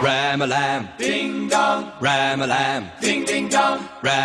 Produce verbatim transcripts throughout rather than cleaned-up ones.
Ram-a-lam, ding-dong, Ram-a-lam, ding-ding-dong,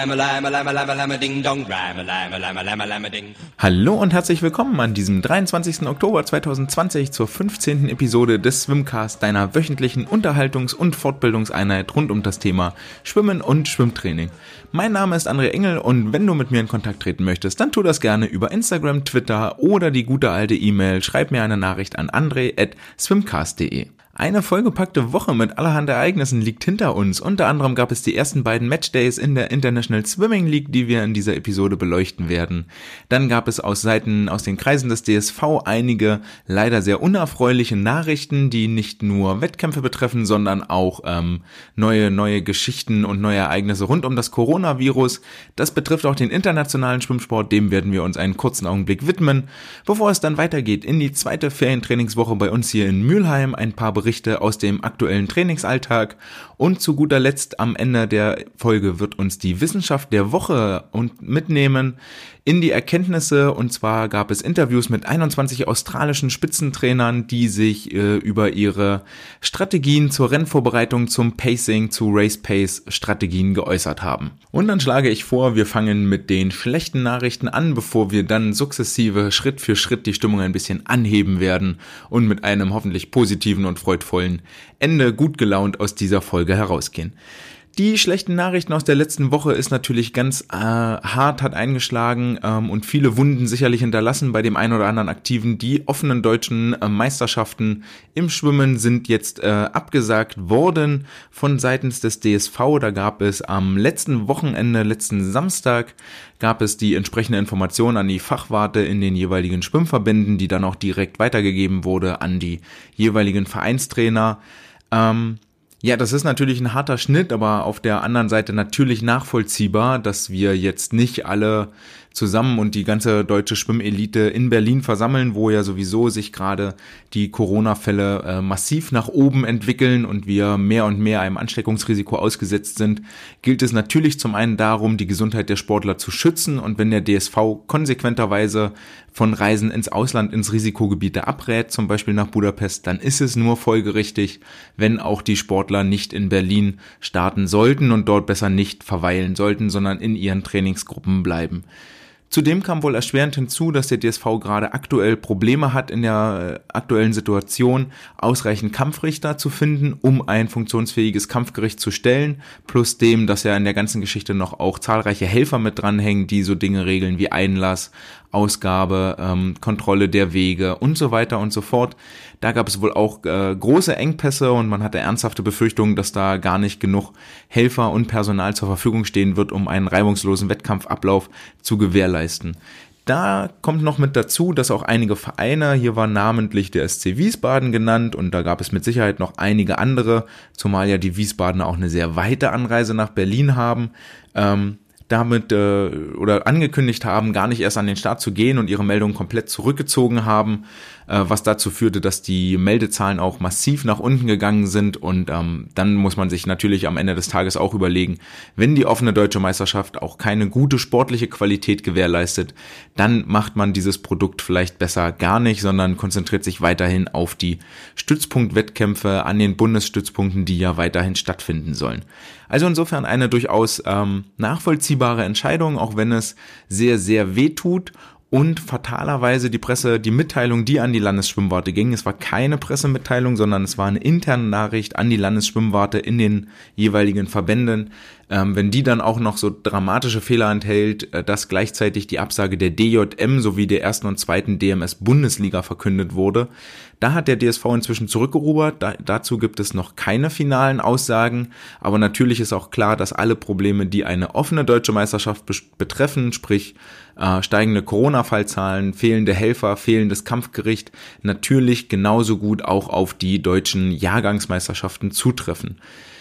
Ram-a-lam-a-lam-a-lam-a-lam-a-ding-dong, Ram-a-lam-a-lam-a-lam-a-lam-a-ding. Hallo und herzlich willkommen an diesem dreiundzwanzigsten Oktober zweitausendzwanzig zur fünfzehnten Episode des Swimcast, deiner wöchentlichen Unterhaltungs- und Fortbildungseinheit rund um das Thema Schwimmen und Schwimmtraining. Mein Name ist André Engel und wenn du mit mir in Kontakt treten möchtest, dann tu das gerne über Instagram, Twitter oder die gute alte E-Mail. Schreib mir eine Nachricht an andre at swimcast punkt de. Eine vollgepackte Woche mit allerhand Ereignissen liegt hinter uns. Unter anderem gab es die ersten beiden Matchdays in der International Swimming League, die wir in dieser Episode beleuchten werden. Dann gab es aus Seiten, aus den Kreisen des D S V einige leider sehr unerfreuliche Nachrichten, die nicht nur Wettkämpfe betreffen, sondern auch ähm, neue, neue Geschichten und neue Ereignisse rund um das Coronavirus. Das betrifft auch den internationalen Schwimmsport, dem werden wir uns einen kurzen Augenblick widmen, bevor es dann weitergeht in die zweite Ferientrainingswoche bei uns hier in Mülheim. Ein paar Berichte Berichte aus dem aktuellen Trainingsalltag und zu guter Letzt am Ende der Folge wird uns die Wissenschaft der Woche und mitnehmen in die Erkenntnisse, und zwar gab es Interviews mit einundzwanzig australischen Spitzentrainern, die sich äh, über ihre Strategien zur Rennvorbereitung, zum Pacing, zu Race Pace Strategien geäußert haben. Und dann schlage ich vor, wir fangen mit den schlechten Nachrichten an, bevor wir dann sukzessive Schritt für Schritt die Stimmung ein bisschen anheben werden und mit einem hoffentlich positiven und freudvollen Ende gut gelaunt aus dieser Folge herausgehen. Die schlechten Nachrichten aus der letzten Woche ist natürlich ganz äh, hart, hat eingeschlagen ähm, und viele Wunden sicherlich hinterlassen bei dem einen oder anderen Aktiven. Die offenen deutschen äh, Meisterschaften im Schwimmen sind jetzt äh, abgesagt worden von seitens des D S V. Da gab es am letzten Wochenende, letzten Samstag, gab es die entsprechende Information an die Fachwarte in den jeweiligen Schwimmverbänden, die dann auch direkt weitergegeben wurde an die jeweiligen Vereinstrainer. Ähm, Ja, das ist natürlich ein harter Schnitt, aber auf der anderen Seite natürlich nachvollziehbar, dass wir jetzt nicht alle zusammen und die ganze deutsche Schwimmelite in Berlin versammeln, wo ja sowieso sich gerade die Corona-Fälle äh, massiv nach oben entwickeln und wir mehr und mehr einem Ansteckungsrisiko ausgesetzt sind, gilt es natürlich zum einen darum, die Gesundheit der Sportler zu schützen, und wenn der D S V konsequenterweise von Reisen ins Ausland, ins Risikogebiete abrät, zum Beispiel nach Budapest, dann ist es nur folgerichtig, wenn auch die Sportler nicht in Berlin starten sollten und dort besser nicht verweilen sollten, sondern in ihren Trainingsgruppen bleiben. Zudem kam wohl erschwerend hinzu, dass der D S V gerade aktuell Probleme hat, in der aktuellen Situation ausreichend Kampfrichter zu finden, um ein funktionsfähiges Kampfgericht zu stellen, plus dem, dass ja in der ganzen Geschichte noch auch zahlreiche Helfer mit dranhängen, die so Dinge regeln wie Einlass, Ausgabe, ähm, Kontrolle der Wege und so weiter und so fort. Da gab es wohl auch äh, große Engpässe und man hatte ernsthafte Befürchtungen, dass da gar nicht genug Helfer und Personal zur Verfügung stehen wird, um einen reibungslosen Wettkampfablauf zu gewährleisten. Da kommt noch mit dazu, dass auch einige Vereine, hier war namentlich der S C Wiesbaden genannt und da gab es mit Sicherheit noch einige andere, zumal ja die Wiesbadener auch eine sehr weite Anreise nach Berlin haben, ähm, damit äh, oder angekündigt haben, gar nicht erst an den Start zu gehen und ihre Meldungen komplett zurückgezogen haben, äh, was dazu führte, dass die Meldezahlen auch massiv nach unten gegangen sind, und ähm, dann muss man sich natürlich am Ende des Tages auch überlegen, wenn die offene deutsche Meisterschaft auch keine gute sportliche Qualität gewährleistet, dann macht man dieses Produkt vielleicht besser gar nicht, sondern konzentriert sich weiterhin auf die Stützpunktwettkämpfe an den Bundesstützpunkten, die ja weiterhin stattfinden sollen. Also insofern eine durchaus ähm, nachvollziehbare Entscheidung, auch wenn es sehr, sehr weh tut. Und fatalerweise die Presse, die Mitteilung, die an die Landesschwimmwarte ging, es war keine Pressemitteilung, sondern es war eine interne Nachricht an die Landesschwimmwarte in den jeweiligen Verbänden. Ähm, wenn die dann auch noch so dramatische Fehler enthält, äh, dass gleichzeitig die Absage der D J M sowie der ersten und zweiten D M S-Bundesliga verkündet wurde, da hat der D S V inzwischen zurückgerudert. Da, dazu gibt es noch keine finalen Aussagen, aber natürlich ist auch klar, dass alle Probleme, die eine offene deutsche Meisterschaft be- betreffen, sprich äh, steigende Corona-Fallzahlen, fehlende Helfer, fehlendes Kampfgericht, natürlich genauso gut auch auf die deutschen Jahrgangsmeisterschaften zutreffen.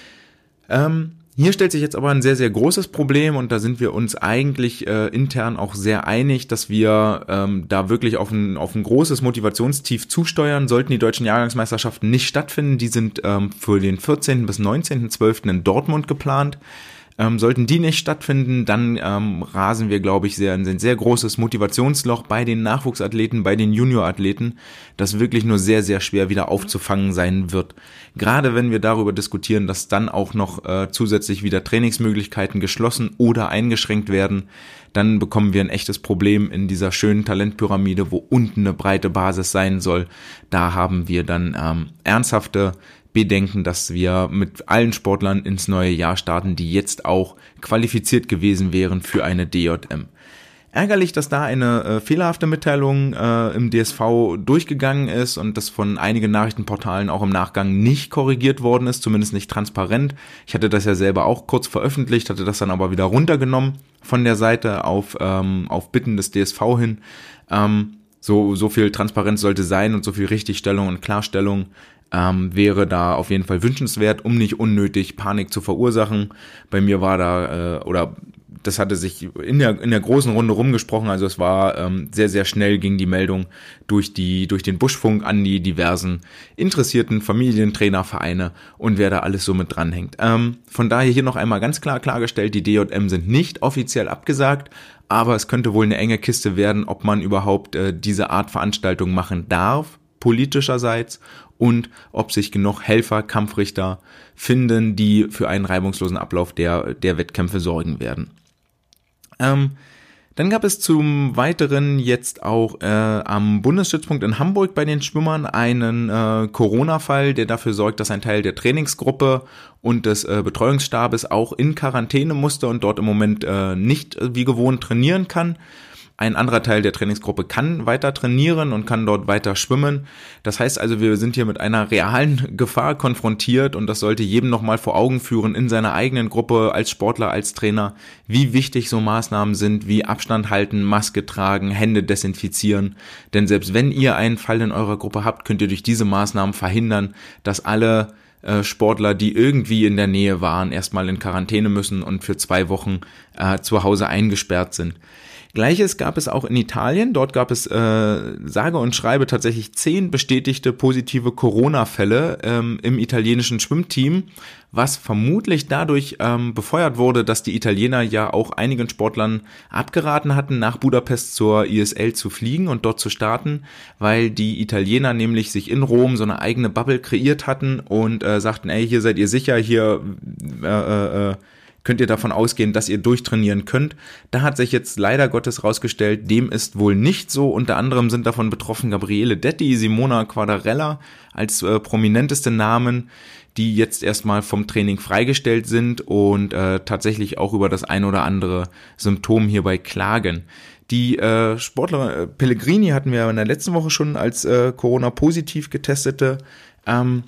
Ähm, Hier stellt sich jetzt aber ein sehr, sehr großes Problem, und da sind wir uns eigentlich äh, intern auch sehr einig, dass wir ähm, da wirklich auf ein, auf ein großes Motivationstief zusteuern, sollten die deutschen Jahrgangsmeisterschaften nicht stattfinden. Die sind ähm, für den vierzehnten bis neunzehnten zwölften in Dortmund geplant. Ähm, sollten die nicht stattfinden, dann ähm, rasen wir, glaube ich, sehr in ein sehr großes Motivationsloch bei den Nachwuchsathleten, bei den Juniorathleten, das wirklich nur sehr, sehr schwer wieder aufzufangen sein wird. Gerade wenn wir darüber diskutieren, dass dann auch noch äh, zusätzlich wieder Trainingsmöglichkeiten geschlossen oder eingeschränkt werden, dann bekommen wir ein echtes Problem in dieser schönen Talentpyramide, wo unten eine breite Basis sein soll. Da haben wir dann ähm, ernsthafte Bedenken, dass wir mit allen Sportlern ins neue Jahr starten, die jetzt auch qualifiziert gewesen wären für eine D J M. Ärgerlich, dass da eine äh, fehlerhafte Mitteilung äh, im D S V durchgegangen ist und das von einigen Nachrichtenportalen auch im Nachgang nicht korrigiert worden ist, zumindest nicht transparent. Ich hatte das ja selber auch kurz veröffentlicht, hatte das dann aber wieder runtergenommen von der Seite auf, ähm, auf Bitten des D S V hin. Ähm, so, so viel Transparenz sollte sein und so viel Richtigstellung und Klarstellung Ähm, wäre da auf jeden Fall wünschenswert, um nicht unnötig Panik zu verursachen. Bei mir war da, äh, oder das hatte sich in der in der großen Runde rumgesprochen, also es war ähm, sehr, sehr schnell ging die Meldung durch die durch den Buschfunk an die diversen interessierten Familientrainervereine und wer da alles so mit dranhängt. Ähm, von daher hier noch einmal ganz klar klargestellt, die D J M sind nicht offiziell abgesagt, aber es könnte wohl eine enge Kiste werden, ob man überhaupt äh, diese Art Veranstaltung machen darf, politischerseits, und ob sich genug Helfer, Kampfrichter finden, die für einen reibungslosen Ablauf der, der Wettkämpfe sorgen werden. Ähm, dann gab es zum Weiteren jetzt auch äh, am Bundesstützpunkt in Hamburg bei den Schwimmern einen äh, Corona-Fall, der dafür sorgt, dass ein Teil der Trainingsgruppe und des äh, Betreuungsstabes auch in Quarantäne musste und dort im Moment äh, nicht äh, wie gewohnt trainieren kann. Ein anderer Teil der Trainingsgruppe kann weiter trainieren und kann dort weiter schwimmen. Das heißt also, wir sind hier mit einer realen Gefahr konfrontiert und das sollte jedem nochmal vor Augen führen in seiner eigenen Gruppe als Sportler, als Trainer, wie wichtig so Maßnahmen sind, wie Abstand halten, Maske tragen, Hände desinfizieren. Denn selbst wenn ihr einen Fall in eurer Gruppe habt, könnt ihr durch diese Maßnahmen verhindern, dass alle äh, Sportler, die irgendwie in der Nähe waren, erstmal in Quarantäne müssen und für zwei Wochen äh, zu Hause eingesperrt sind. Gleiches gab es auch in Italien. Dort gab es äh, sage und schreibe tatsächlich zehn bestätigte positive Corona-Fälle ähm, im italienischen Schwimmteam, was vermutlich dadurch ähm, befeuert wurde, dass die Italiener ja auch einigen Sportlern abgeraten hatten, nach Budapest zur I S L zu fliegen und dort zu starten, weil die Italiener nämlich sich in Rom so eine eigene Bubble kreiert hatten und äh, sagten, ey, hier seid ihr sicher, hier äh, äh, könnt ihr davon ausgehen, dass ihr durchtrainieren könnt. Da hat sich jetzt leider Gottes rausgestellt, dem ist wohl nicht so. Unter anderem sind davon betroffen Gabriele Detti, Simona Quadarella als äh, prominenteste Namen, die jetzt erstmal vom Training freigestellt sind und äh, tatsächlich auch über das ein oder andere Symptom hierbei klagen. Die äh, Sportler äh, Pellegrini hatten wir in der letzten Woche schon als äh, Corona-positiv getestete ähm,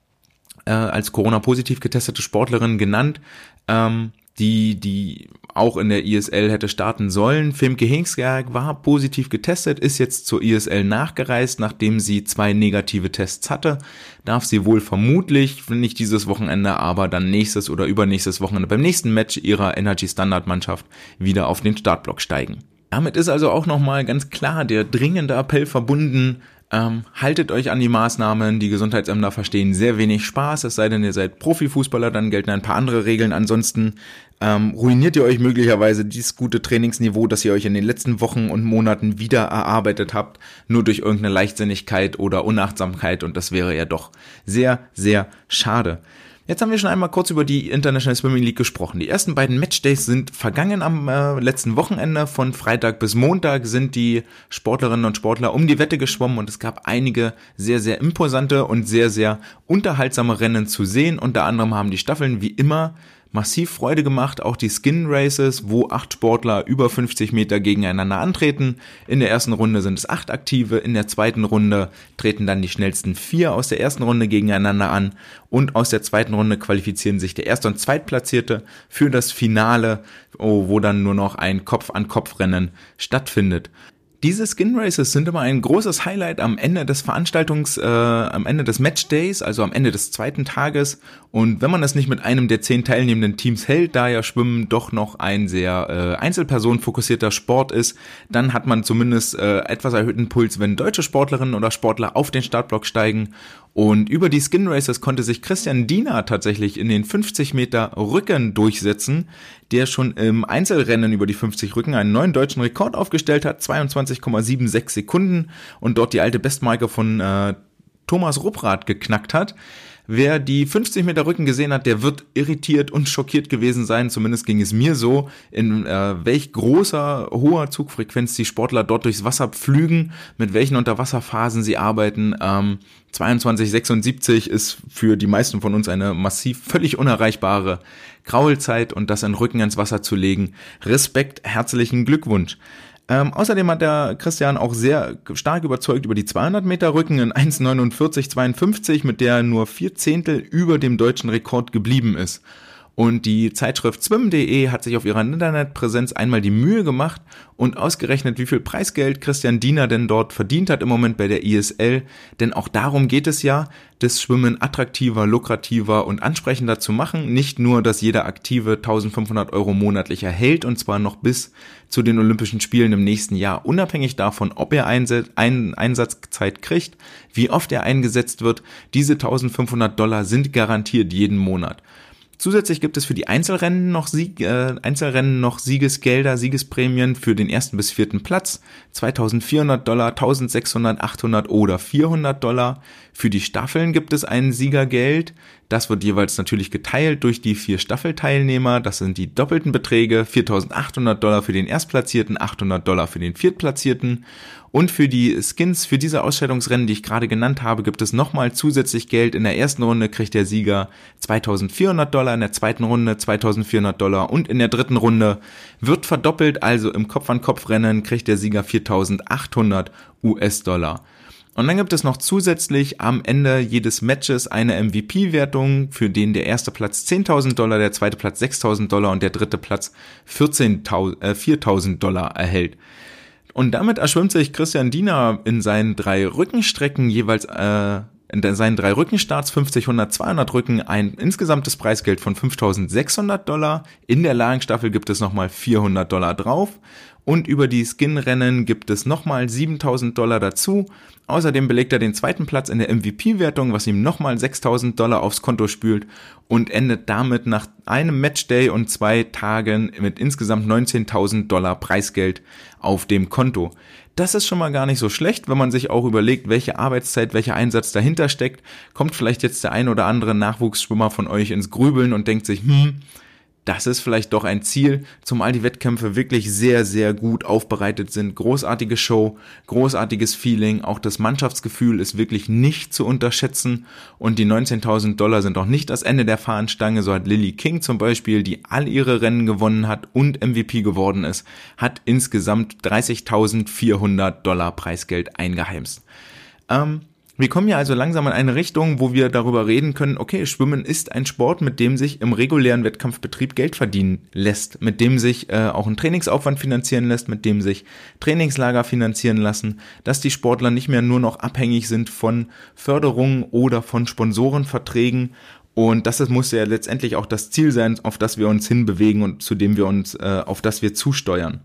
äh, als Corona-positiv getestete Sportlerin genannt, ähm, die die auch in der I S L hätte starten sollen. Femke Hengsberg war positiv getestet, ist jetzt zur I S L nachgereist, nachdem sie zwei negative Tests hatte. Darf sie wohl vermutlich, nicht dieses Wochenende, aber dann nächstes oder übernächstes Wochenende beim nächsten Match ihrer Energy Standard Mannschaft wieder auf den Startblock steigen. Damit ist also auch nochmal ganz klar der dringende Appell verbunden, Ähm, haltet euch an die Maßnahmen, die Gesundheitsämter verstehen sehr wenig Spaß, es sei denn, ihr seid Profifußballer, dann gelten ein paar andere Regeln, ansonsten ähm, ruiniert ihr euch möglicherweise dieses gute Trainingsniveau, das ihr euch in den letzten Wochen und Monaten wieder erarbeitet habt, nur durch irgendeine Leichtsinnigkeit oder Unachtsamkeit und das wäre ja doch sehr, sehr schade. Jetzt haben wir schon einmal kurz über die International Swimming League gesprochen. Die ersten beiden Matchdays sind vergangen am äh, letzten Wochenende. Von Freitag bis Montag sind die Sportlerinnen und Sportler um die Wette geschwommen und es gab einige sehr, sehr imposante und sehr, sehr unterhaltsame Rennen zu sehen. Unter anderem haben die Staffeln wie immer massiv Freude gemacht, auch die Skin Races, wo acht Sportler über fünfzig Meter gegeneinander antreten. In der ersten Runde sind es acht Aktive, in der zweiten Runde treten dann die schnellsten vier aus der ersten Runde gegeneinander an und aus der zweiten Runde qualifizieren sich der Erst- und Zweitplatzierte für das Finale, wo dann nur noch ein Kopf-an-Kopf-Rennen stattfindet. Diese Skin Races sind immer ein großes Highlight am Ende des Veranstaltungs, äh, am Ende des Matchdays, also am Ende des zweiten Tages. Und wenn man das nicht mit einem der zehn teilnehmenden Teams hält, da ja Schwimmen doch noch ein sehr äh, einzelpersonenfokussierter Sport ist, dann hat man zumindest äh, etwas erhöhten Puls, wenn deutsche Sportlerinnen oder Sportler auf den Startblock steigen Und über die Skin Races konnte sich Christian Diener tatsächlich in den fünfzig Meter Rücken durchsetzen, der schon im Einzelrennen über die fünfzig Rücken einen neuen deutschen Rekord aufgestellt hat, zweiundzwanzig Komma sechsundsiebzig Sekunden, und dort die alte Bestmarke von äh, Thomas Rupprath geknackt hat. Wer die fünfzig Meter Rücken gesehen hat, der wird irritiert und schockiert gewesen sein, zumindest ging es mir so, in äh, welch großer, hoher Zugfrequenz die Sportler dort durchs Wasser pflügen, mit welchen Unterwasserphasen sie arbeiten. Ähm, zweiundzwanzig Komma sechsundsiebzig ist für die meisten von uns eine massiv völlig unerreichbare Kraulzeit, und das in Rücken ins Wasser zu legen. Respekt, herzlichen Glückwunsch. Ähm, außerdem hat der Christian auch sehr stark überzeugt über die zweihundert Meter Rücken in eins Komma neunundvierzig zweiundfünfzig, mit der er nur vier Zehntel über dem deutschen Rekord geblieben ist. Und die Zeitschrift swim punkt de hat sich auf ihrer Internetpräsenz einmal die Mühe gemacht und ausgerechnet, wie viel Preisgeld Christian Diener denn dort verdient hat im Moment bei der I S L. Denn auch darum geht es ja, das Schwimmen attraktiver, lukrativer und ansprechender zu machen. Nicht nur, dass jeder Aktive eintausendfünfhundert Euro monatlich erhält, und zwar noch bis zu den Olympischen Spielen im nächsten Jahr, unabhängig davon, ob er Einsatz, ein, Einsatzzeit kriegt, wie oft er eingesetzt wird. Diese eintausendfünfhundert Dollar sind garantiert jeden Monat. Zusätzlich gibt es für die Einzelrennen noch Sieg, äh, Einzelrennen noch Siegesgelder, Siegesprämien für den ersten bis vierten Platz, zweitausendvierhundert Dollar, eintausendsechshundert, achthundert oder vierhundert Dollar. Für die Staffeln gibt es ein Siegergeld. Das wird jeweils natürlich geteilt durch die vier Staffelteilnehmer. Das sind die doppelten Beträge, viertausendachthundert Dollar für den Erstplatzierten, achthundert Dollar für den Viertplatzierten. Und für die Skins, für diese Ausscheidungsrennen, die ich gerade genannt habe, gibt es nochmal zusätzlich Geld. In der ersten Runde kriegt der Sieger zweitausendvierhundert Dollar, in der zweiten Runde zweitausendvierhundert Dollar und in der dritten Runde wird verdoppelt, also im Kopf-an-Kopf-Rennen kriegt der Sieger viertausendachthundert U S-Dollar. Und dann gibt es noch zusätzlich am Ende jedes Matches eine M V P-Wertung, für den der erste Platz zehntausend Dollar, der zweite Platz sechstausend Dollar und der dritte Platz viertausend Dollar erhält. Und damit erschwimmt sich Christian Diener in seinen drei Rückenstrecken jeweils, äh, in seinen drei Rückenstarts, fünfzig, hundert, zweihundert Rücken, ein insgesamtes Preisgeld von fünftausendsechshundert Dollar. In der Lagenstaffel gibt es nochmal vierhundert Dollar drauf. Und über die Skin-Rennen gibt es nochmal siebentausend Dollar dazu. Außerdem belegt er den zweiten Platz in der M V P-Wertung, was ihm nochmal sechstausend Dollar aufs Konto spült und endet damit nach einem Matchday und zwei Tagen mit insgesamt neunzehntausend Dollar Preisgeld auf dem Konto. Das ist schon mal gar nicht so schlecht, wenn man sich auch überlegt, welche Arbeitszeit, welcher Einsatz dahinter steckt. Kommt vielleicht jetzt der ein oder andere Nachwuchsschwimmer von euch ins Grübeln und denkt sich, hm, das ist vielleicht doch ein Ziel, zumal die Wettkämpfe wirklich sehr, sehr gut aufbereitet sind. Großartige Show, großartiges Feeling, auch das Mannschaftsgefühl ist wirklich nicht zu unterschätzen und die neunzehntausend Dollar sind auch nicht das Ende der Fahnenstange. So hat Lily King zum Beispiel, die all ihre Rennen gewonnen hat und M V P geworden ist, hat insgesamt dreißigtausendvierhundert Dollar Preisgeld eingeheimst. Ähm, Wir kommen ja also langsam in eine Richtung, wo wir darüber reden können, okay, Schwimmen ist ein Sport, mit dem sich im regulären Wettkampfbetrieb Geld verdienen lässt, mit dem sich äh, auch ein Trainingsaufwand finanzieren lässt, mit dem sich Trainingslager finanzieren lassen, dass die Sportler nicht mehr nur noch abhängig sind von Förderungen oder von Sponsorenverträgen. Und das muss ja letztendlich auch das Ziel sein, auf das wir uns hinbewegen und zu dem wir uns, äh, auf das wir zusteuern.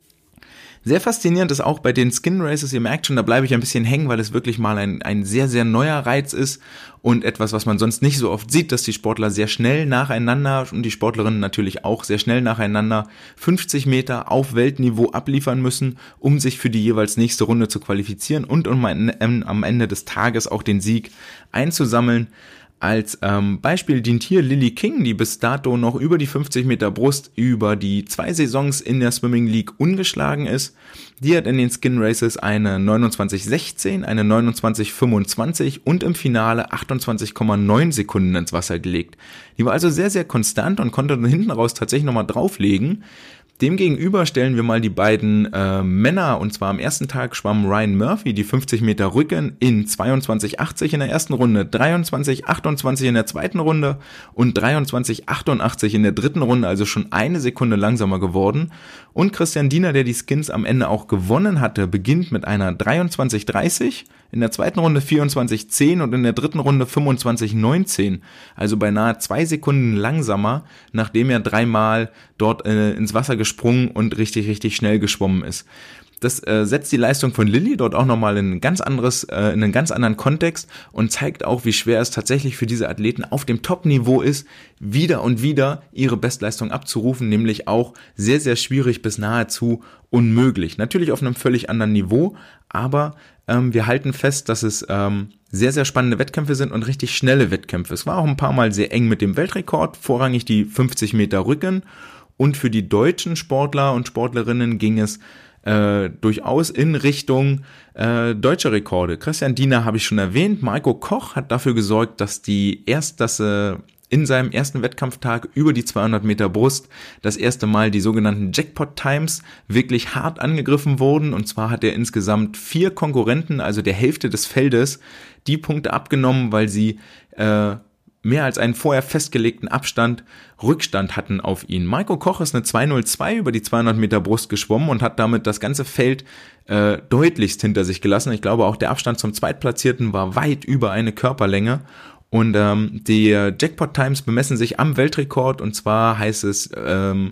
Sehr faszinierend ist auch bei den Skin Races, ihr merkt schon, da bleibe ich ein bisschen hängen, weil es wirklich mal ein, ein sehr, sehr neuer Reiz ist und etwas, was man sonst nicht so oft sieht, dass die Sportler sehr schnell nacheinander und die Sportlerinnen natürlich auch sehr schnell nacheinander fünfzig Meter auf Weltniveau abliefern müssen, um sich für die jeweils nächste Runde zu qualifizieren und um am Ende des Tages auch den Sieg einzusammeln. Als ähm, Beispiel dient hier Lily King, die bis dato noch über die fünfzig Meter Brust über die zwei Saisons in der Swimming League ungeschlagen ist. Die hat in den Skin Races eine neunundzwanzig sechzehn, eine neunundzwanzig fünfundzwanzig und im Finale achtundzwanzig Komma neun Sekunden ins Wasser gelegt. Die war also sehr, sehr konstant und konnte dann hinten raus tatsächlich nochmal drauflegen. Demgegenüber stellen wir mal die beiden äh, Männer, und zwar am ersten Tag schwamm Ryan Murphy die fünfzig Meter Rücken in zweiundzwanzig achtzig in der ersten Runde, dreiundzwanzig achtundzwanzig in der zweiten Runde und dreiundzwanzig achtundachtzig in der dritten Runde, also schon eine Sekunde langsamer geworden. Und Christian Diener, der die Skins am Ende auch gewonnen hatte, beginnt mit einer dreiundzwanzig dreißig, in der zweiten Runde vierundzwanzig zehn und in der dritten Runde fünfundzwanzig neunzehn, also beinahe zwei Sekunden langsamer, nachdem er dreimal dort äh, ins Wasser gesprungen und richtig, richtig schnell geschwommen ist. Das äh, setzt die Leistung von Lilly dort auch nochmal in ein ganz anderes, äh, in einen ganz anderen Kontext und zeigt auch, wie schwer es tatsächlich für diese Athleten auf dem Top-Niveau ist, wieder und wieder ihre Bestleistung abzurufen, nämlich auch sehr, sehr schwierig bis nahezu unmöglich. Natürlich auf einem völlig anderen Niveau, aber ähm, wir halten fest, dass es ähm, sehr, sehr spannende Wettkämpfe sind und richtig schnelle Wettkämpfe. Es war auch ein paar Mal sehr eng mit dem Weltrekord, vorrangig die fünfzig Meter Rücken, und für die deutschen Sportler und Sportlerinnen ging es Äh, durchaus in Richtung äh, deutsche Rekorde. Christian Diener habe ich schon erwähnt. Marco Koch hat dafür gesorgt, dass die erst, dass äh, in seinem ersten Wettkampftag über die zweihundert Meter Brust das erste Mal die sogenannten Jackpot Times wirklich hart angegriffen wurden. Und zwar hat er insgesamt vier Konkurrenten, also der Hälfte des Feldes, die Punkte abgenommen, weil sie äh, mehr als einen vorher festgelegten Abstand Rückstand hatten auf ihn. Marco Koch ist eine zwei null zwei über die zweihundert Meter Brust geschwommen und hat damit das ganze Feld äh, deutlichst hinter sich gelassen. Ich glaube, auch der Abstand zum Zweitplatzierten war weit über eine Körperlänge. Und ähm, die Jackpot Times bemessen sich am Weltrekord, und zwar heißt es, ähm,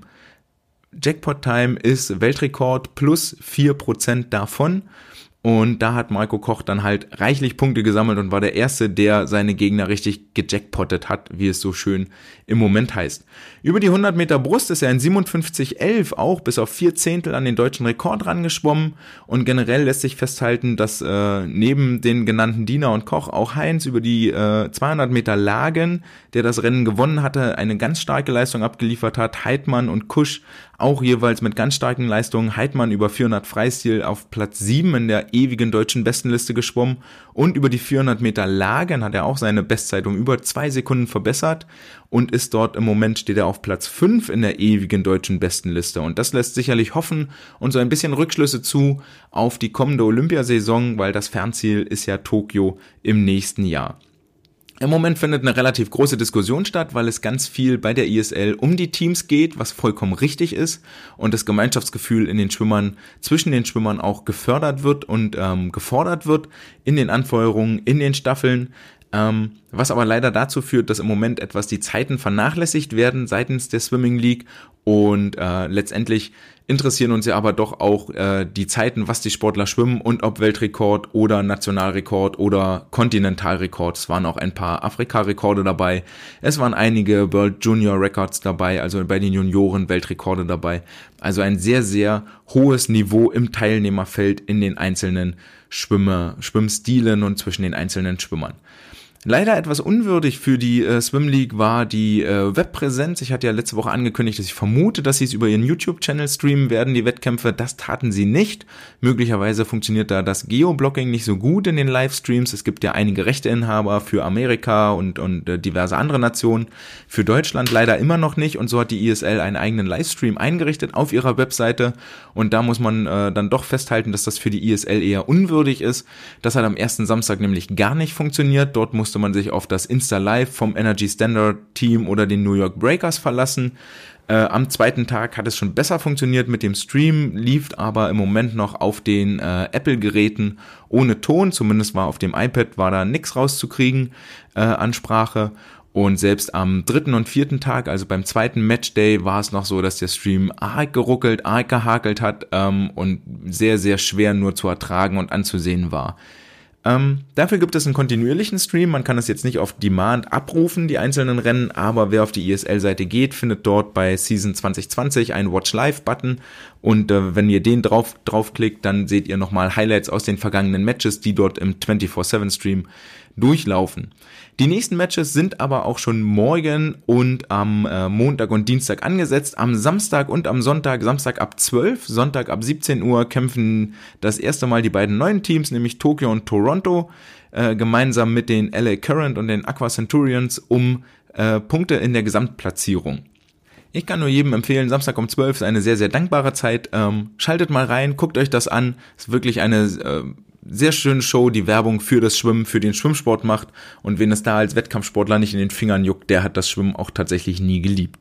Jackpot Time ist Weltrekord plus vier Prozent davon. Und da hat Marco Koch dann halt reichlich Punkte gesammelt und war der Erste, der seine Gegner richtig gejackpottet hat, wie es so schön im Moment heißt. Über die hundert Meter Brust ist er in siebenundfünfzig elf auch bis auf vier Zehntel an den deutschen Rekord rangeschwommen. Und generell lässt sich festhalten, dass äh, neben den genannten Diener und Koch auch Heinz über die äh, zweihundert Meter Lagen, der das Rennen gewonnen hatte, eine ganz starke Leistung abgeliefert hat. Heidmann und Kusch auch jeweils mit ganz starken Leistungen. Heidmann über vierhundert Freistil auf Platz sieben in der ewigen deutschen Bestenliste geschwommen, und über die vierhundert Meter Lagen hat er auch seine Bestzeit um über zwei Sekunden verbessert und ist dort im Moment, steht er auf Platz fünf in der ewigen deutschen Bestenliste, und das lässt sicherlich hoffen und so ein bisschen Rückschlüsse zu auf die kommende Olympiasaison, weil das Fernziel ist ja Tokio im nächsten Jahr. Im Moment findet eine relativ große Diskussion statt, weil es ganz viel bei der I S L um die Teams geht, was vollkommen richtig ist, und das Gemeinschaftsgefühl in den Schwimmern, zwischen den Schwimmern auch gefördert wird und ähm, gefordert wird in den Anfeuerungen, in den Staffeln, ähm, was aber leider dazu führt, dass im Moment etwas die Zeiten vernachlässigt werden seitens der Swimming League, und äh, letztendlich interessieren uns ja aber doch auch äh, die Zeiten, was die Sportler schwimmen und ob Weltrekord oder Nationalrekord oder Kontinentalrekord. Es waren auch ein paar Afrika-Rekorde dabei. Es waren einige World Junior Records dabei, also bei den Junioren Weltrekorde dabei. Also ein sehr, sehr hohes Niveau im Teilnehmerfeld in den einzelnen Schwimmer, Schwimmstilen und zwischen den einzelnen Schwimmern. Leider etwas unwürdig für die äh, Swim League war die äh, Webpräsenz. Ich hatte ja letzte Woche angekündigt, dass ich vermute, dass sie es über ihren YouTube-Channel streamen werden, die Wettkämpfe. Das taten sie nicht. Möglicherweise funktioniert da das Geoblocking nicht so gut in den Livestreams. Es gibt ja einige Rechteinhaber für Amerika und, und äh, diverse andere Nationen. Für Deutschland leider immer noch nicht. Und so hat die I S L einen eigenen Livestream eingerichtet auf ihrer Webseite. Und da muss man äh, dann doch festhalten, dass das für die I S L eher unwürdig ist. Das hat am ersten Samstag nämlich gar nicht funktioniert. Dort musste man sich auf das Insta-Live vom Energy Standard Team oder den New York Breakers verlassen. Äh, am zweiten Tag hat es schon besser funktioniert mit dem Stream, lief aber im Moment noch auf den äh, Apple-Geräten ohne Ton. Zumindest war auf dem iPad war da nichts rauszukriegen äh, an Sprache. Und selbst am dritten und vierten Tag, also beim zweiten Matchday, war es noch so, dass der Stream arg geruckelt, arg gehakelt hat ähm, und sehr, sehr schwer nur zu ertragen und anzusehen war. Ähm, dafür gibt es einen kontinuierlichen Stream. Man kann das jetzt nicht auf Demand abrufen, die einzelnen Rennen, aber wer auf die I S L-Seite geht, findet dort bei Season zwanzig zwanzig einen Watch-Live-Button, und äh, wenn ihr den drauf draufklickt, dann seht ihr nochmal Highlights aus den vergangenen Matches, die dort im vierundzwanzig sieben Stream durchlaufen. Die nächsten Matches sind aber auch schon morgen und am äh, Montag und Dienstag angesetzt. Am Samstag und am Sonntag, Samstag ab zwölf, Sonntag ab siebzehn Uhr kämpfen das erste Mal die beiden neuen Teams, nämlich Tokio und Toronto, äh, gemeinsam mit den L A Current und den Aqua Centurions um äh, Punkte in der Gesamtplatzierung. Ich kann nur jedem empfehlen, Samstag um zwölf ist eine sehr, sehr dankbare Zeit. Ähm, schaltet mal rein, guckt euch das an. Es ist wirklich eine äh, sehr schöne Show, die Werbung für das Schwimmen, für den Schwimmsport macht. Und wen es da als Wettkampfsportler nicht in den Fingern juckt, der hat das Schwimmen auch tatsächlich nie geliebt.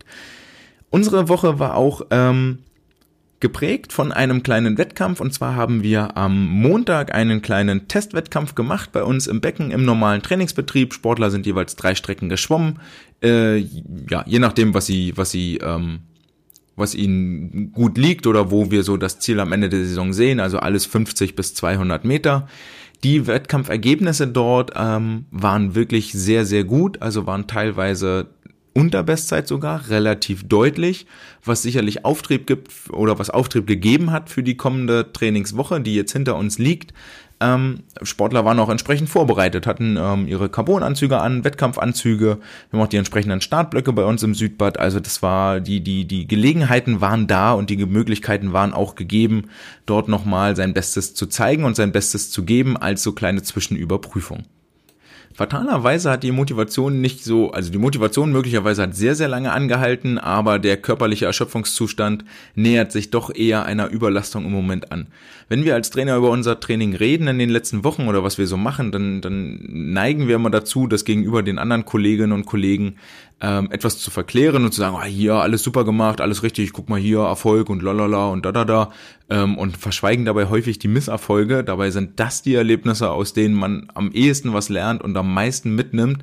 Unsere Woche war auch ähm, geprägt von einem kleinen Wettkampf. Und zwar haben wir am Montag einen kleinen Testwettkampf gemacht bei uns im Becken im normalen Trainingsbetrieb. Sportler sind jeweils drei Strecken geschwommen. Äh, ja, je nachdem, was sie, was sie ähm, was ihnen gut liegt oder wo wir so das Ziel am Ende der Saison sehen, also alles fünfzig bis zweihundert Meter. Die Wettkampfergebnisse dort ähm, waren wirklich sehr, sehr gut, also waren teilweise unter Bestzeit sogar, relativ deutlich, was sicherlich Auftrieb gibt oder was Auftrieb gegeben hat für die kommende Trainingswoche, die jetzt hinter uns liegt. Ähm, Sportler waren auch entsprechend vorbereitet, hatten ähm, ihre Carbonanzüge an, Wettkampfanzüge, wir haben auch die entsprechenden Startblöcke bei uns im Südbad, also das war, die, die, die Gelegenheiten waren da und die Möglichkeiten waren auch gegeben, dort nochmal sein Bestes zu zeigen und sein Bestes zu geben als so kleine Zwischenüberprüfung. Fatalerweise hat die Motivation nicht so, also die Motivation möglicherweise hat sehr, sehr lange angehalten, aber der körperliche Erschöpfungszustand nähert sich doch eher einer Überlastung im Moment an. Wenn wir als Trainer über unser Training reden in den letzten Wochen oder was wir so machen, dann, dann neigen wir immer dazu, das gegenüber den anderen Kolleginnen und Kollegen ähm, etwas zu verklären und zu sagen, ah, hier, alles super gemacht, alles richtig, guck mal hier, Erfolg und lalala und da, da, da ähm, und verschweigen dabei häufig die Misserfolge. Dabei sind das die Erlebnisse, aus denen man am ehesten was lernt und am meisten mitnimmt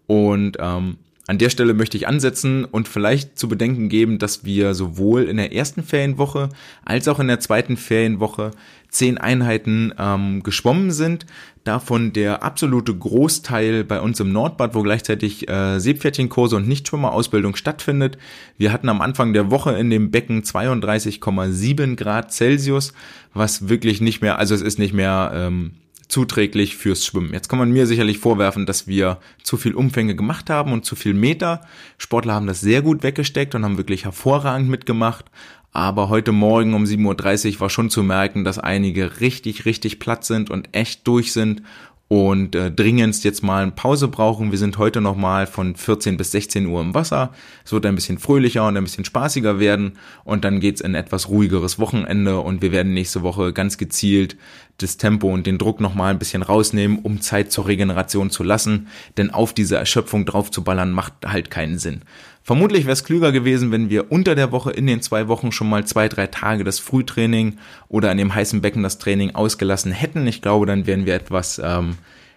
und ähm, an der Stelle möchte ich ansetzen und vielleicht zu bedenken geben, dass wir sowohl in der ersten Ferienwoche als auch in der zweiten Ferienwoche zehn Einheiten ähm, geschwommen sind. Davon der absolute Großteil bei uns im Nordbad, wo gleichzeitig äh, Seepferdchenkurse und Nichtschwimmerausbildung stattfindet. Wir hatten am Anfang der Woche in dem Becken zweiunddreißig Komma sieben Grad Celsius, was wirklich nicht mehr, also es ist nicht mehr ähm, zuträglich fürs Schwimmen. Jetzt kann man mir sicherlich vorwerfen, dass wir zu viel Umfänge gemacht haben und zu viel Meter. Sportler haben das sehr gut weggesteckt und haben wirklich hervorragend mitgemacht. Aber heute Morgen um sieben Uhr dreißig war schon zu merken, dass einige richtig, richtig platt sind und echt durch sind und äh, dringendst jetzt mal eine Pause brauchen. Wir sind heute nochmal von vierzehn bis sechzehn Uhr im Wasser. Es wird ein bisschen fröhlicher und ein bisschen spaßiger werden und dann geht's in etwas ruhigeres Wochenende und wir werden nächste Woche ganz gezielt das Tempo und den Druck nochmal ein bisschen rausnehmen, um Zeit zur Regeneration zu lassen, denn auf diese Erschöpfung drauf zu ballern macht halt keinen Sinn. Vermutlich wäre es klüger gewesen, wenn wir unter der Woche in den zwei Wochen schon mal zwei, drei Tage das Frühtraining oder an dem heißen Becken das Training ausgelassen hätten. Ich glaube, dann wären wir etwas ähm,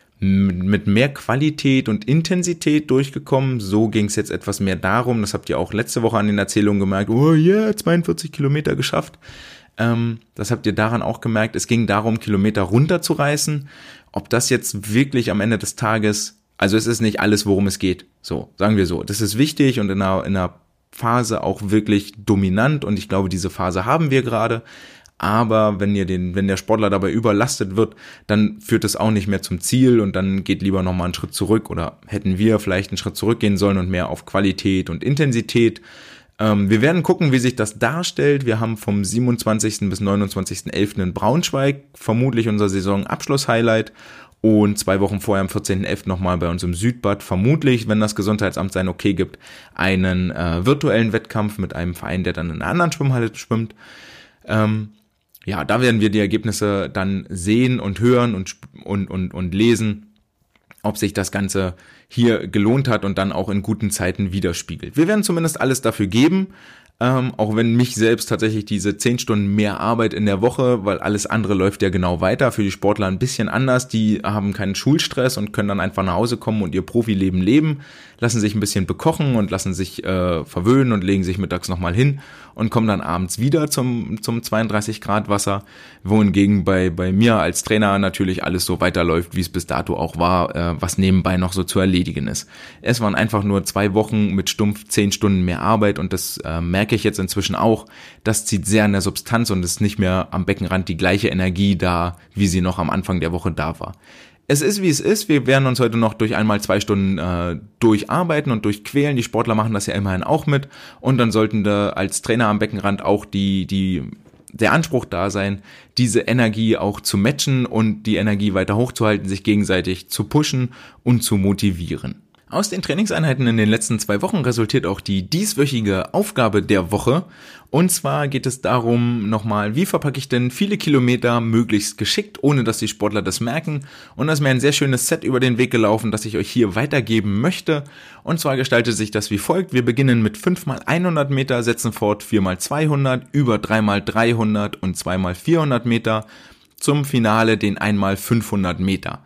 mit mehr Qualität und Intensität durchgekommen. So ging es jetzt etwas mehr darum, das habt ihr auch letzte Woche an den Erzählungen gemerkt, oh yeah, zweiundvierzig Kilometer geschafft. Ähm, das habt ihr daran auch gemerkt, es ging darum, Kilometer runterzureißen. Ob das jetzt wirklich am Ende des Tages, also es ist nicht alles, worum es geht. So, sagen wir so. Das ist wichtig und in einer, in einer Phase auch wirklich dominant und ich glaube, diese Phase haben wir gerade. Aber wenn ihr den, wenn der Sportler dabei überlastet wird, dann führt es auch nicht mehr zum Ziel und dann geht lieber nochmal einen Schritt zurück oder hätten wir vielleicht einen Schritt zurückgehen sollen und mehr auf Qualität und Intensität. Ähm, wir werden gucken, wie sich das darstellt. Wir haben vom siebenundzwanzigsten bis neunundzwanzigsten elften in Braunschweig vermutlich unser Saisonabschluss-Highlight. Und zwei Wochen vorher, am vierzehnten elften nochmal bei uns im Südbad, vermutlich, wenn das Gesundheitsamt sein Okay gibt, einen äh, virtuellen Wettkampf mit einem Verein, der dann in einer anderen Schwimmhalle schwimmt. Ähm, ja, da werden wir die Ergebnisse dann sehen und hören und, und, und, und lesen, ob sich das Ganze hier gelohnt hat und dann auch in guten Zeiten widerspiegelt. Wir werden zumindest alles dafür geben, ähm, auch wenn mich selbst tatsächlich diese zehn Stunden mehr Arbeit in der Woche, weil alles andere läuft ja genau weiter, für die Sportler ein bisschen anders, die haben keinen Schulstress und können dann einfach nach Hause kommen und ihr Profileben leben, lassen sich ein bisschen bekochen und lassen sich äh, verwöhnen und legen sich mittags nochmal hin und kommen dann abends wieder zum zum zweiunddreißig Grad Wasser, wohingegen bei bei mir als Trainer natürlich alles so weiterläuft, wie es bis dato auch war, äh, was nebenbei noch so zu erledigen ist. Es waren einfach nur zwei Wochen mit stumpf zehn Stunden mehr Arbeit und das äh, merke ich jetzt inzwischen auch, das zieht sehr an der Substanz und ist nicht mehr am Beckenrand die gleiche Energie da, wie sie noch am Anfang der Woche da war. Es ist, wie es ist. Wir werden uns heute noch durch einmal zwei Stunden äh, durcharbeiten und durchquälen. Die Sportler machen das ja immerhin auch mit. Und dann sollten da als Trainer am Beckenrand auch die die der Anspruch da sein, diese Energie auch zu matchen und die Energie weiter hochzuhalten, sich gegenseitig zu pushen und zu motivieren. Aus den Trainingseinheiten in den letzten zwei Wochen resultiert auch die dieswöchige Aufgabe der Woche. Und zwar geht es darum, nochmal, wie verpacke ich denn viele Kilometer möglichst geschickt, ohne dass die Sportler das merken. Und da ist mir ein sehr schönes Set über den Weg gelaufen, das ich euch hier weitergeben möchte. Und zwar gestaltet sich das wie folgt. Wir beginnen mit fünf mal hundert Meter, setzen fort vier mal zweihundert, über drei mal dreihundert und zwei mal vierhundert Meter. Zum Finale den ein mal fünfhundert Meter.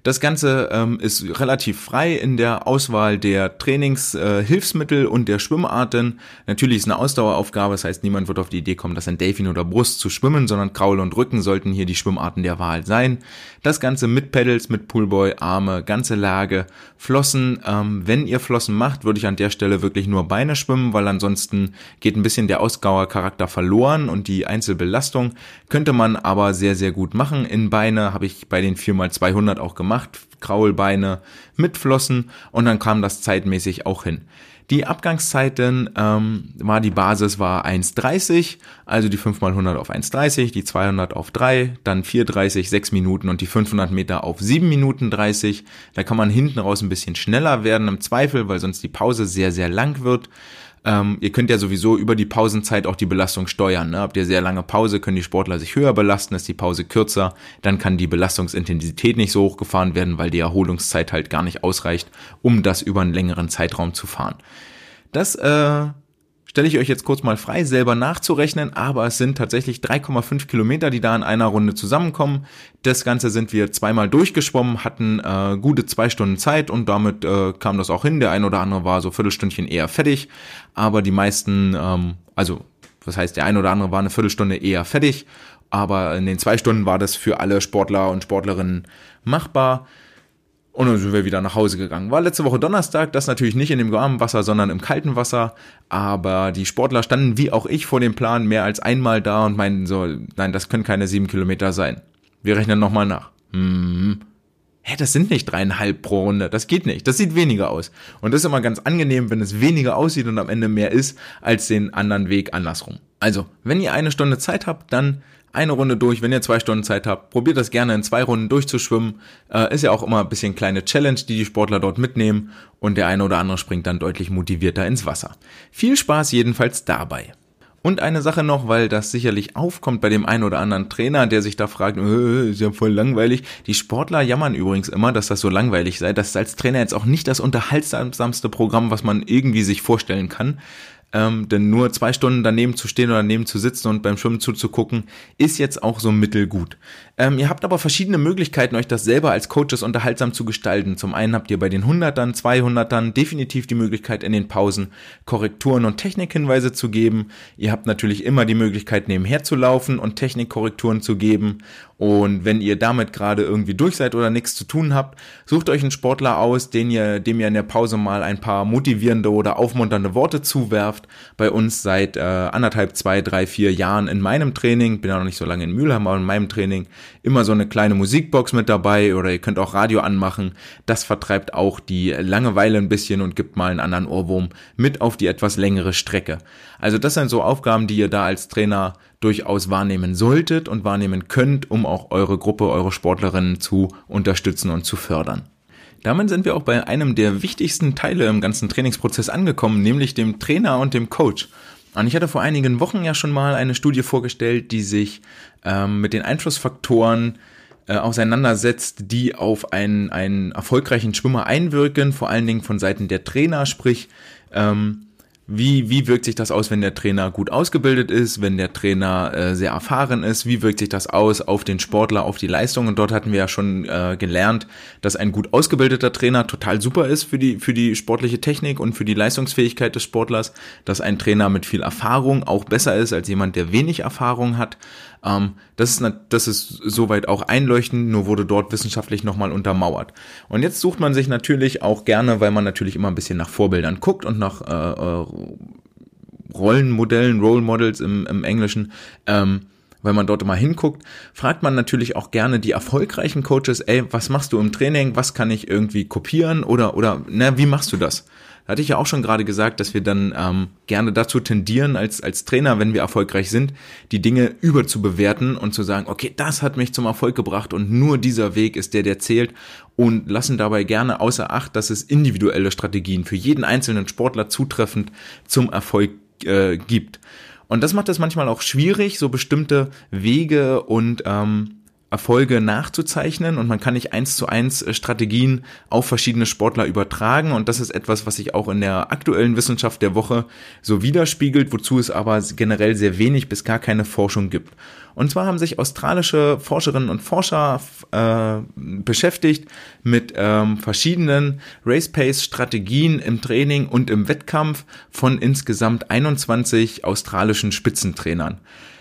Das Ganze ähm, ist relativ frei in der Auswahl der Trainingshilfsmittel äh, und der Schwimmarten. Natürlich ist eine Ausdaueraufgabe, das heißt, niemand wird auf die Idee kommen, das in Delfin oder Brust zu schwimmen, sondern Kraul und Rücken sollten hier die Schwimmarten der Wahl sein. Das Ganze mit Pedals, mit Poolboy, Arme, ganze Lage, Flossen. Ähm, wenn ihr Flossen macht, würde ich an der Stelle wirklich nur Beine schwimmen, weil ansonsten geht ein bisschen der Ausdauercharakter verloren und die Einzelbelastung. Könnte man aber sehr, sehr gut machen. In Beine habe ich bei den vier mal zweihundert auch gemacht. Kraulbeine mit Flossen und dann kam das zeitmäßig auch hin. Die Abgangszeiten ähm, war die Basis war eins dreißig, also die fünf mal hundert auf eins dreißig, die zweihundert auf drei, dann vier dreißig, sechs Minuten und die fünfhundert Meter auf sieben Minuten dreißig. Da kann man hinten raus ein bisschen schneller werden im Zweifel, weil sonst die Pause sehr, sehr lang wird. Ähm, ihr könnt ja sowieso über die Pausenzeit auch die Belastung steuern. Ne? Habt ihr sehr lange Pause, können die Sportler sich höher belasten, ist die Pause kürzer, dann kann die Belastungsintensität nicht so hochgefahren werden, weil die Erholungszeit halt gar nicht ausreicht, um das über einen längeren Zeitraum zu fahren. Das äh, stelle ich euch jetzt kurz mal frei, selber nachzurechnen, aber es sind tatsächlich drei Komma fünf Kilometer, die da in einer Runde zusammenkommen. Das Ganze sind wir zweimal durchgeschwommen, hatten äh, gute zwei Stunden Zeit und damit äh, kam das auch hin. Der ein oder andere war so Viertelstündchen eher fertig, aber die meisten, ähm, also das heißt, der ein oder andere war eine Viertelstunde eher fertig, aber in den zwei Stunden war das für alle Sportler und Sportlerinnen machbar. Und dann sind wir wieder nach Hause gegangen. War letzte Woche Donnerstag, das natürlich nicht in dem warmen Wasser, sondern im kalten Wasser. Aber die Sportler standen wie auch ich vor dem Plan mehr als einmal da und meinten so, nein, das können keine sieben Kilometer sein. Wir rechnen nochmal nach. Hm. Hä, das sind nicht dreieinhalb pro Runde, das geht nicht, das sieht weniger aus. Und das ist immer ganz angenehm, wenn es weniger aussieht und am Ende mehr ist, als den anderen Weg andersrum. Also, wenn ihr eine Stunde Zeit habt, dann eine Runde durch, wenn ihr zwei Stunden Zeit habt, probiert das gerne in zwei Runden durchzuschwimmen. Äh, ist ja auch immer ein bisschen kleine Challenge, die die Sportler dort mitnehmen und der eine oder andere springt dann deutlich motivierter ins Wasser. Viel Spaß jedenfalls dabei. Und eine Sache noch, weil das sicherlich aufkommt bei dem einen oder anderen Trainer, der sich da fragt, äh, ist ja voll langweilig. Die Sportler jammern übrigens immer, dass das so langweilig sei. Das ist als Trainer jetzt auch nicht das unterhaltsamste Programm, was man irgendwie sich vorstellen kann. Ähm, denn nur zwei Stunden daneben zu stehen oder daneben zu sitzen und beim Schwimmen zuzugucken, ist jetzt auch so mittelgut. Ähm, ihr habt aber verschiedene Möglichkeiten, euch das selber als Coaches unterhaltsam zu gestalten. Zum einen habt ihr bei den hundertern, zweihundertern definitiv die Möglichkeit, in den Pausen Korrekturen und Technikhinweise zu geben. Ihr habt natürlich immer die Möglichkeit, nebenher zu laufen und Technikkorrekturen zu geben. Und wenn ihr damit gerade irgendwie durch seid oder nichts zu tun habt, sucht euch einen Sportler aus, den ihr, dem ihr in der Pause mal ein paar motivierende oder aufmunternde Worte zuwerft. Bei uns seit äh, anderthalb, zwei, drei, vier Jahren in meinem Training, bin ja noch nicht so lange in Mülheim, aber in meinem Training immer so eine kleine Musikbox mit dabei oder ihr könnt auch Radio anmachen. Das vertreibt auch die Langeweile ein bisschen und gibt mal einen anderen Ohrwurm mit auf die etwas längere Strecke. Also das sind so Aufgaben, die ihr da als Trainer durchaus wahrnehmen solltet und wahrnehmen könnt, um auch eure Gruppe, eure Sportlerinnen zu unterstützen und zu fördern. Damit sind wir auch bei einem der wichtigsten Teile im ganzen Trainingsprozess angekommen, nämlich dem Trainer und dem Coach. Und ich hatte vor einigen Wochen ja schon mal eine Studie vorgestellt, die sich ähm, mit den Einflussfaktoren äh, auseinandersetzt, die auf einen, einen erfolgreichen Schwimmer einwirken, vor allen Dingen von Seiten der Trainer, sprich ähm, Wie, wie wirkt sich das aus, wenn der Trainer gut ausgebildet ist, wenn der Trainer äh, sehr erfahren ist? Wie wirkt sich das aus auf den Sportler, auf die Leistung? Und dort hatten wir ja schon äh, gelernt, dass ein gut ausgebildeter Trainer total super ist für die, für die sportliche Technik und für die Leistungsfähigkeit des Sportlers, dass ein Trainer mit viel Erfahrung auch besser ist als jemand, der wenig Erfahrung hat. Ähm, das ist, das ist soweit auch einleuchtend, nur wurde dort wissenschaftlich nochmal untermauert. Und jetzt sucht man sich natürlich auch gerne, weil man natürlich immer ein bisschen nach Vorbildern guckt und nach äh, Rollenmodellen, Role Models im, im Englischen, ähm, weil man dort immer hinguckt, fragt man natürlich auch gerne die erfolgreichen Coaches, ey, was machst du im Training, was kann ich irgendwie kopieren oder, oder, na, wie machst du das? Da hatte ich ja auch schon gerade gesagt, dass wir dann ähm, gerne dazu tendieren, als als Trainer, wenn wir erfolgreich sind, die Dinge überzubewerten und zu sagen, okay, das hat mich zum Erfolg gebracht und nur dieser Weg ist der, der zählt und lassen dabei gerne außer Acht, dass es individuelle Strategien für jeden einzelnen Sportler zutreffend zum Erfolg äh, gibt. Und das macht es manchmal auch schwierig, so bestimmte Wege und ähm, Erfolge nachzuzeichnen und man kann nicht eins zu eins Strategien auf verschiedene Sportler übertragen und das ist etwas, was sich auch in der aktuellen Wissenschaft der Woche so widerspiegelt, wozu es aber generell sehr wenig bis gar keine Forschung gibt. Und zwar haben sich australische Forscherinnen und Forscher äh, beschäftigt mit ähm, verschiedenen Race-Pace-Strategien im Training und im Wettkampf von insgesamt einundzwanzig australischen Spitzentrainern.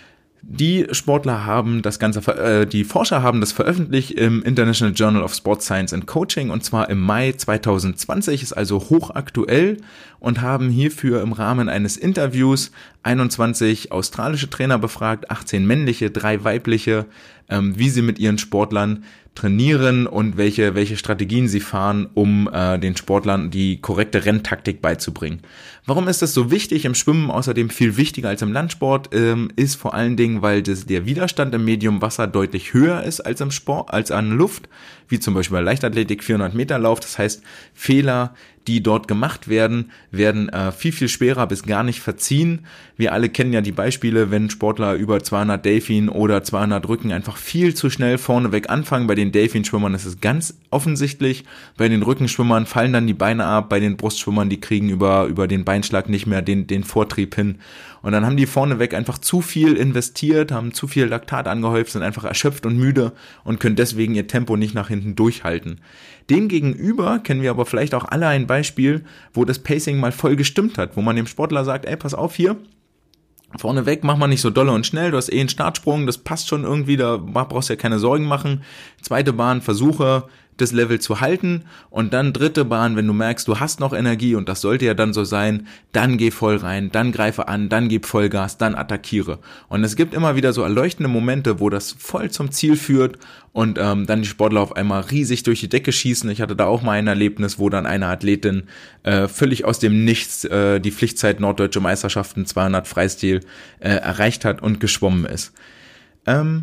Die Sportler haben das Ganze, äh, die Forscher haben das veröffentlicht im International Journal of Sports Science and Coaching und zwar im Mai zwanzig zwanzig, ist also hochaktuell und haben hierfür im Rahmen eines Interviews einundzwanzig australische Trainer befragt, achtzehn männliche, drei weibliche, ähm, wie sie mit ihren Sportlern trainieren und welche welche Strategien sie fahren, um äh, den Sportlern die korrekte Renntaktik beizubringen. Warum ist das so wichtig? Im Schwimmen außerdem viel wichtiger als im Landsport ähm, ist vor allen Dingen, weil das, der Widerstand im Medium Wasser deutlich höher ist als im Sport, als an Luft, wie zum Beispiel bei Leichtathletik, vierhundert Meter Lauf. Das heißt, Fehler, die dort gemacht werden, werden äh, viel, viel schwerer bis gar nicht verziehen. Wir alle kennen ja die Beispiele, wenn Sportler über zweihundert Delfin oder zweihundert Rücken einfach viel zu schnell vorneweg anfangen. Bei den Delfinschwimmern ist es ganz offensichtlich. Bei den Rückenschwimmern fallen dann die Beine ab. Bei den Brustschwimmern, die kriegen über über den Beinschlag nicht mehr den den Vortrieb hin. Und dann haben die vorneweg einfach zu viel investiert, haben zu viel Laktat angehäuft, sind einfach erschöpft und müde und können deswegen ihr Tempo nicht nach hinten durchhalten. Demgegenüber kennen wir aber vielleicht auch alle ein Beispiel, wo das Pacing mal voll gestimmt hat, wo man dem Sportler sagt, ey, pass auf hier, vorneweg mach mal nicht so dolle und schnell, du hast eh einen Startsprung, das passt schon irgendwie, da brauchst du ja keine Sorgen machen. Zweite Bahn, versuche das Level zu halten und dann dritte Bahn, wenn du merkst, du hast noch Energie und das sollte ja dann so sein, dann geh voll rein, dann greife an, dann gib Vollgas, dann attackiere. Und es gibt immer wieder so erleuchtende Momente, wo das voll zum Ziel führt und ähm, dann die Sportler auf einmal riesig durch die Decke schießen. Ich hatte da auch mal ein Erlebnis, wo dann eine Athletin äh, völlig aus dem Nichts äh, die Pflichtzeit Norddeutsche Meisterschaften zweihundert Freistil äh, erreicht hat und geschwommen ist. Ähm,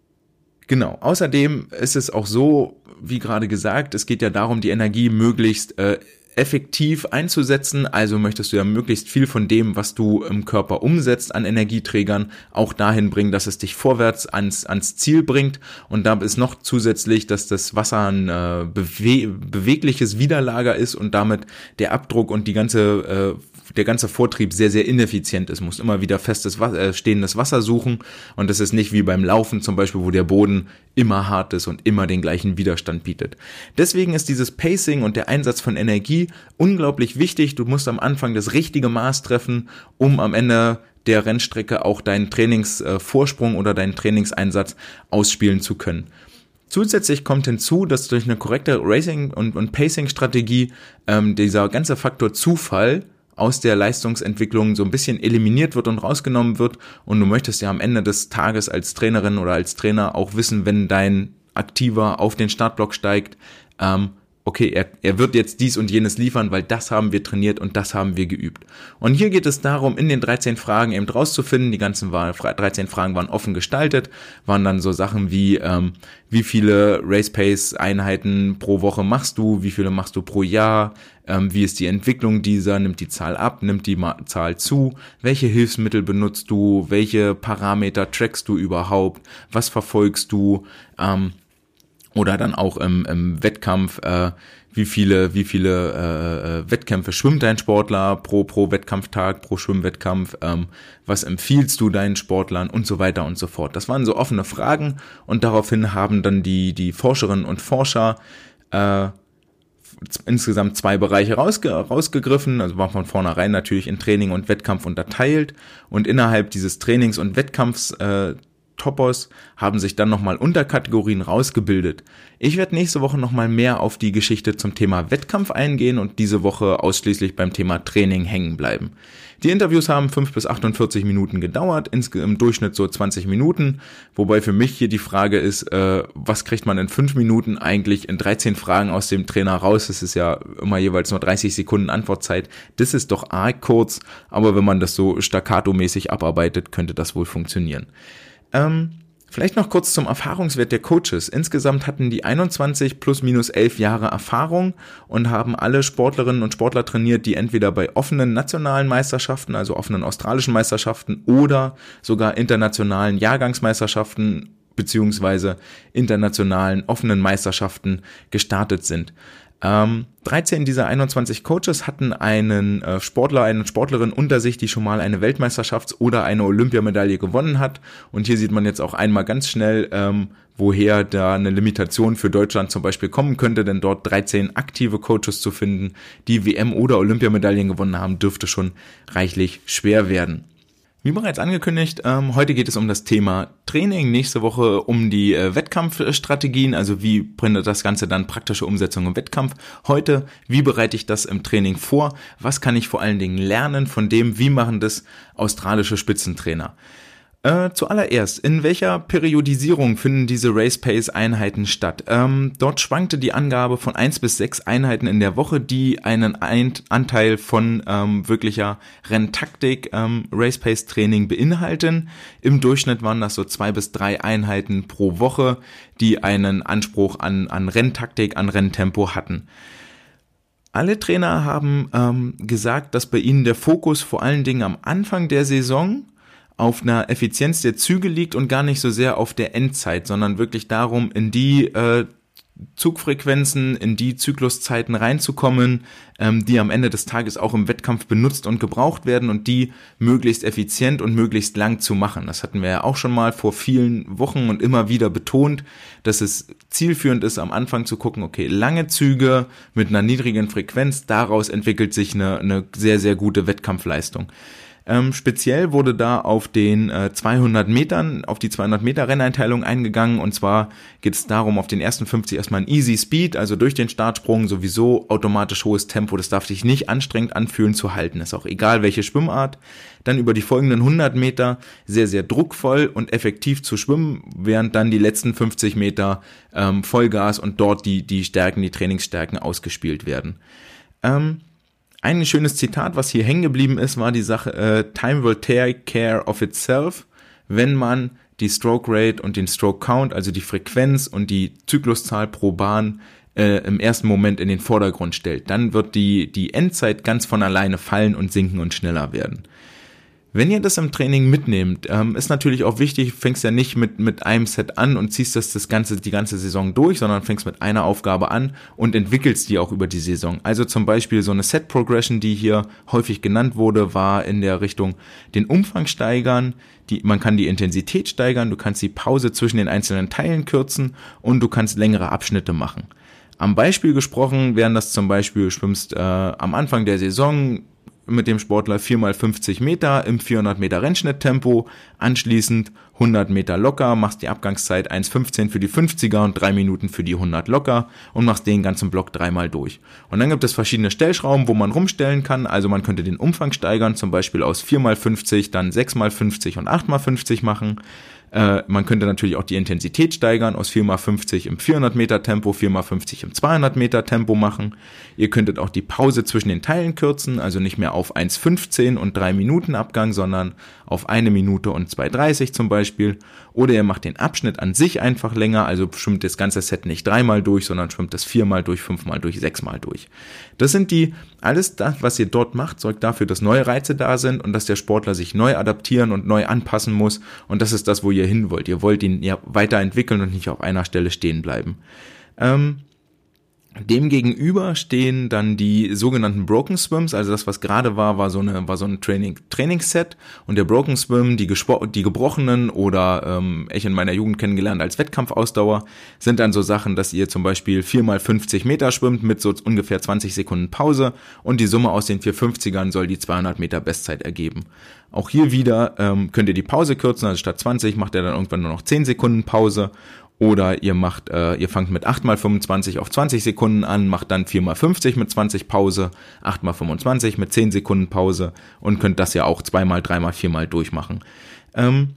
Genau. Außerdem ist es auch so, wie gerade gesagt, es geht ja darum, die Energie möglichst äh, effektiv einzusetzen. Also möchtest du ja möglichst viel von dem, was du im Körper umsetzt an Energieträgern, auch dahin bringen, dass es dich vorwärts ans ans Ziel bringt. Und da ist noch zusätzlich, dass das Wasser ein äh, bewe- bewegliches Widerlager ist und damit der Abdruck und die ganze äh, der ganze Vortrieb sehr, sehr ineffizient ist. Du musst immer wieder festes Wasser, äh, stehendes Wasser suchen und das ist nicht wie beim Laufen zum Beispiel, wo der Boden immer hart ist und immer den gleichen Widerstand bietet. Deswegen ist dieses Pacing und der Einsatz von Energie unglaublich wichtig. Du musst am Anfang das richtige Maß treffen, um am Ende der Rennstrecke auch deinen Trainingsvorsprung oder deinen Trainingseinsatz ausspielen zu können. Zusätzlich kommt hinzu, dass durch eine korrekte Racing- und, und Pacing-Strategie ähm, dieser ganze Faktor Zufall aus der Leistungsentwicklung so ein bisschen eliminiert wird und rausgenommen wird und du möchtest ja am Ende des Tages als Trainerin oder als Trainer auch wissen, wenn dein Aktiver auf den Startblock steigt, ähm, okay, er, er wird jetzt dies und jenes liefern, weil das haben wir trainiert und das haben wir geübt. Und hier geht es darum, in den dreizehn Fragen eben rauszufinden, die ganzen dreizehn Fragen waren offen gestaltet, waren dann so Sachen wie, ähm, wie viele Race-Pace-Einheiten pro Woche machst du, wie viele machst du pro Jahr, ähm, wie ist die Entwicklung dieser, nimmt die Zahl ab, nimmt die Ma- Zahl zu, welche Hilfsmittel benutzt du, welche Parameter trackst du überhaupt, was verfolgst du, ähm, oder dann auch im, im Wettkampf, äh, wie viele wie viele äh, Wettkämpfe schwimmt dein Sportler pro pro Wettkampftag, pro Schwimmwettkampf, ähm, was empfiehlst du deinen Sportlern und so weiter und so fort. Das waren so offene Fragen und daraufhin haben dann die die Forscherinnen und Forscher äh, insgesamt zwei Bereiche rausge- rausgegriffen, also war von vornherein natürlich in Training und Wettkampf unterteilt und innerhalb dieses Trainings- und Wettkampfs äh, Topos haben sich dann nochmal Unterkategorien rausgebildet. Ich werde nächste Woche nochmal mehr auf die Geschichte zum Thema Wettkampf eingehen und diese Woche ausschließlich beim Thema Training hängen bleiben. Die Interviews haben fünf bis achtundvierzig Minuten gedauert, im Durchschnitt so zwanzig Minuten, wobei für mich hier die Frage ist, äh, was kriegt man in fünf Minuten eigentlich in dreizehn Fragen aus dem Trainer raus? Das ist ja immer jeweils nur dreißig Sekunden Antwortzeit. Das ist doch arg kurz, aber wenn man das so staccato-mäßig abarbeitet, könnte das wohl funktionieren. Ähm, vielleicht noch kurz zum Erfahrungswert der Coaches. Insgesamt hatten die einundzwanzig plus minus elf Jahre Erfahrung und haben alle Sportlerinnen und Sportler trainiert, die entweder bei offenen nationalen Meisterschaften, also offenen australischen Meisterschaften oder sogar internationalen Jahrgangsmeisterschaften beziehungsweise internationalen offenen Meisterschaften gestartet sind. Ähm, dreizehn dieser einundzwanzig Coaches hatten einen äh, Sportler, eine Sportlerin unter sich, die schon mal eine Weltmeisterschafts- oder eine Olympiamedaille gewonnen hat. Und hier sieht man jetzt auch einmal ganz schnell, ähm, woher da eine Limitation für Deutschland zum Beispiel kommen könnte, denn dort dreizehn aktive Coaches zu finden, die W M- oder Olympiamedaillen gewonnen haben, dürfte schon reichlich schwer werden. Wie bereits angekündigt, ähm, heute geht es um das Thema Training, nächste Woche um die äh, Wettkampfstrategien, also wie bringt das Ganze dann praktische Umsetzung im Wettkampf. Heute, wie bereite ich das im Training vor, was kann ich vor allen Dingen lernen von dem, wie machen das australische Spitzentrainer. Äh, zuallererst, in welcher Periodisierung finden diese Race-Pace-Einheiten statt? Ähm, dort schwankte die Angabe von eins bis sechs Einheiten in der Woche, die einen Ein- Anteil von ähm, wirklicher Renntaktik, ähm, Race-Pace-Training beinhalten. Im Durchschnitt waren das so zwei bis drei Einheiten pro Woche, die einen Anspruch an, an Renntaktik, an Renntempo hatten. Alle Trainer haben ähm, gesagt, dass bei ihnen der Fokus vor allen Dingen am Anfang der Saison auf einer Effizienz der Züge liegt und gar nicht so sehr auf der Endzeit, sondern wirklich darum, in die äh, Zugfrequenzen, in die Zykluszeiten reinzukommen, ähm, die am Ende des Tages auch im Wettkampf benutzt und gebraucht werden und die möglichst effizient und möglichst lang zu machen. Das hatten wir ja auch schon mal vor vielen Wochen und immer wieder betont, dass es zielführend ist, am Anfang zu gucken, okay, lange Züge mit einer niedrigen Frequenz, daraus entwickelt sich eine, eine sehr, sehr gute Wettkampfleistung. Ähm, speziell wurde da auf den äh, zweihundert Metern, auf die zweihundert Meter Renneinteilung eingegangen, und zwar geht es darum, auf den ersten fünfzig erstmal ein Easy Speed, also durch den Startsprung sowieso automatisch hohes Tempo, das darf sich nicht anstrengend anfühlen zu halten, ist auch egal welche Schwimmart. Dann über die folgenden hundert Meter sehr, sehr druckvoll und effektiv zu schwimmen, während dann die letzten fünfzig Meter ähm, Vollgas und dort die, die Stärken, die Trainingsstärken ausgespielt werden. Ähm, Ein schönes Zitat, was hier hängen geblieben ist, war die Sache, äh, Time will take care of itself, wenn man die Stroke Rate und den Stroke Count, also die Frequenz und die Zykluszahl pro Bahn äh, im ersten Moment in den Vordergrund stellt. Dann wird die, die Endzeit ganz von alleine fallen und sinken und schneller werden. Wenn ihr das im Training mitnehmt, ähm, ist natürlich auch wichtig, fängst ja nicht mit mit einem Set an und ziehst das das ganze die ganze Saison durch, sondern fängst mit einer Aufgabe an und entwickelst die auch über die Saison. Also zum Beispiel so eine Set Progression, die hier häufig genannt wurde, war in der Richtung den Umfang steigern, die man kann die Intensität steigern, du kannst die Pause zwischen den einzelnen Teilen kürzen und du kannst längere Abschnitte machen. Am Beispiel gesprochen wären das zum Beispiel, du schwimmst äh, am Anfang der Saison mit dem Sportler vier mal fünfzig Meter im vierhundert Meter Rennschnitttempo, anschließend hundert Meter locker, machst die Abgangszeit eins fünfzehn für die fünfziger und drei Minuten für die hundert locker und machst den ganzen Block dreimal durch. Und dann gibt es verschiedene Stellschrauben, wo man rumstellen kann, also man könnte den Umfang steigern, zum Beispiel aus vier mal fünfzig, dann sechs mal fünfzig und acht mal fünfzig machen. Äh, man könnte natürlich auch die Intensität steigern, aus vier mal fünfzig im vierhundert Meter Tempo, vier mal fünfzig im zweihundert Meter Tempo machen. Ihr könntet auch die Pause zwischen den Teilen kürzen, also nicht mehr auf eins fünfzehn und drei Minuten Abgang, sondern auf eine Minute und zwei dreißig zum Beispiel. Oder ihr macht den Abschnitt an sich einfach länger, also schwimmt das ganze Set nicht dreimal durch, sondern schwimmt das viermal durch, fünfmal durch, sechsmal durch. Das sind die, alles das, was ihr dort macht, sorgt dafür, dass neue Reize da sind und dass der Sportler sich neu adaptieren und neu anpassen muss. Und das ist das, wo ihr hin wollt. Ihr wollt ihn ja weiterentwickeln und nicht auf einer Stelle stehen bleiben. Ähm, Demgegenüber stehen dann die sogenannten Broken Swims, also das, was gerade war, war so eine, war so ein Training, Trainingsset, und der Broken Swim, die, gespro- die gebrochenen oder ähm, ich in meiner Jugend kennengelernt als Wettkampfausdauer, sind dann so Sachen, dass ihr zum Beispiel vier mal fünfzig Meter schwimmt mit so ungefähr zwanzig Sekunden Pause und die Summe aus den vier fünfzigern soll die zweihundert Meter Bestzeit ergeben. Auch hier wieder ähm, könnt ihr die Pause kürzen, also statt zwanzig macht ihr dann irgendwann nur noch zehn Sekunden Pause. Oder ihr macht, äh, ihr fangt mit acht mal fünfundzwanzig auf zwanzig Sekunden an, macht dann vier mal fünfzig mit zwanzig Pause, acht mal fünfundzwanzig mit zehn Sekunden Pause und könnt das ja auch zweimal, dreimal, viermal durchmachen. Ähm,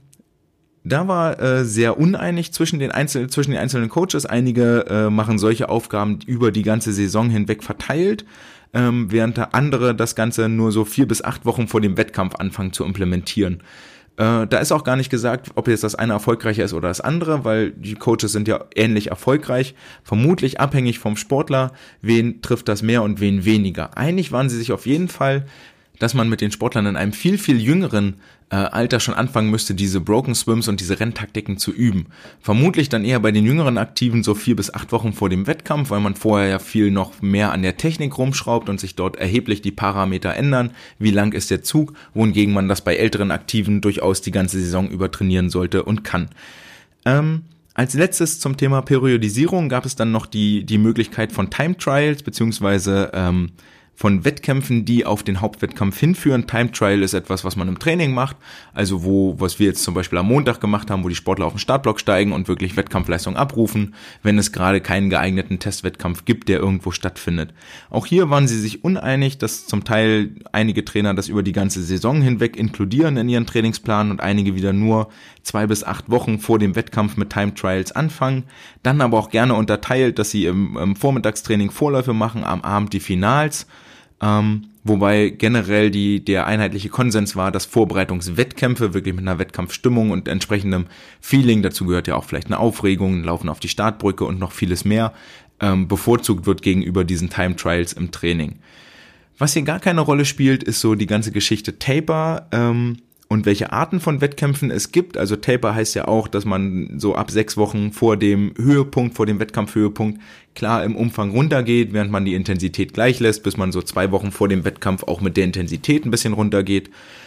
da war äh, sehr uneinig zwischen den einzelnen, zwischen den einzelnen Coaches. Einige äh, machen solche Aufgaben über die ganze Saison hinweg verteilt, ähm, während andere das Ganze nur so vier bis acht Wochen vor dem Wettkampf anfangen zu implementieren. Äh, da ist auch gar nicht gesagt, ob jetzt das eine erfolgreicher ist oder das andere, weil die Coaches sind ja ähnlich erfolgreich, vermutlich abhängig vom Sportler, wen trifft das mehr und wen weniger. Einig waren sie sich auf jeden Fall, dass man mit den Sportlern in einem viel, viel jüngeren äh, Alter schon anfangen müsste, diese Broken Swims und diese Renntaktiken zu üben. Vermutlich dann eher bei den jüngeren Aktiven so vier bis acht Wochen vor dem Wettkampf, weil man vorher ja viel noch mehr an der Technik rumschraubt und sich dort erheblich die Parameter ändern. Wie lang ist der Zug? Wohingegen man das bei älteren Aktiven durchaus die ganze Saison über trainieren sollte und kann. Ähm, Als letztes zum Thema Periodisierung gab es dann noch die die Möglichkeit von Time Trials beziehungsweise ähm, von Wettkämpfen, die auf den Hauptwettkampf hinführen. Time Trial ist etwas, was man im Training macht, also wo, was wir jetzt zum Beispiel am Montag gemacht haben, wo die Sportler auf den Startblock steigen und wirklich Wettkampfleistung abrufen, wenn es gerade keinen geeigneten Testwettkampf gibt, der irgendwo stattfindet. Auch hier waren sie sich uneinig, dass zum Teil einige Trainer das über die ganze Saison hinweg inkludieren in ihren Trainingsplan und einige wieder nur zwei bis acht Wochen vor dem Wettkampf mit Time Trials anfangen, dann aber auch gerne unterteilt, dass sie im, im Vormittagstraining Vorläufe machen, am Abend die Finals, ähm, wobei generell die der einheitliche Konsens war, dass Vorbereitungswettkämpfe wirklich mit einer Wettkampfstimmung und entsprechendem Feeling, dazu gehört ja auch vielleicht eine Aufregung, ein Laufen auf die Startbrücke und noch vieles mehr, ähm, bevorzugt wird gegenüber diesen Time Trials im Training. Was hier gar keine Rolle spielt, ist so die ganze Geschichte Taper, ähm, und welche Arten von Wettkämpfen es gibt. Also Taper heißt ja auch, dass man so ab sechs Wochen vor dem Höhepunkt, vor dem Wettkampfhöhepunkt klar im Umfang runtergeht, während man die Intensität gleich lässt, bis man so zwei Wochen vor dem Wettkampf auch mit der Intensität ein bisschen runtergeht.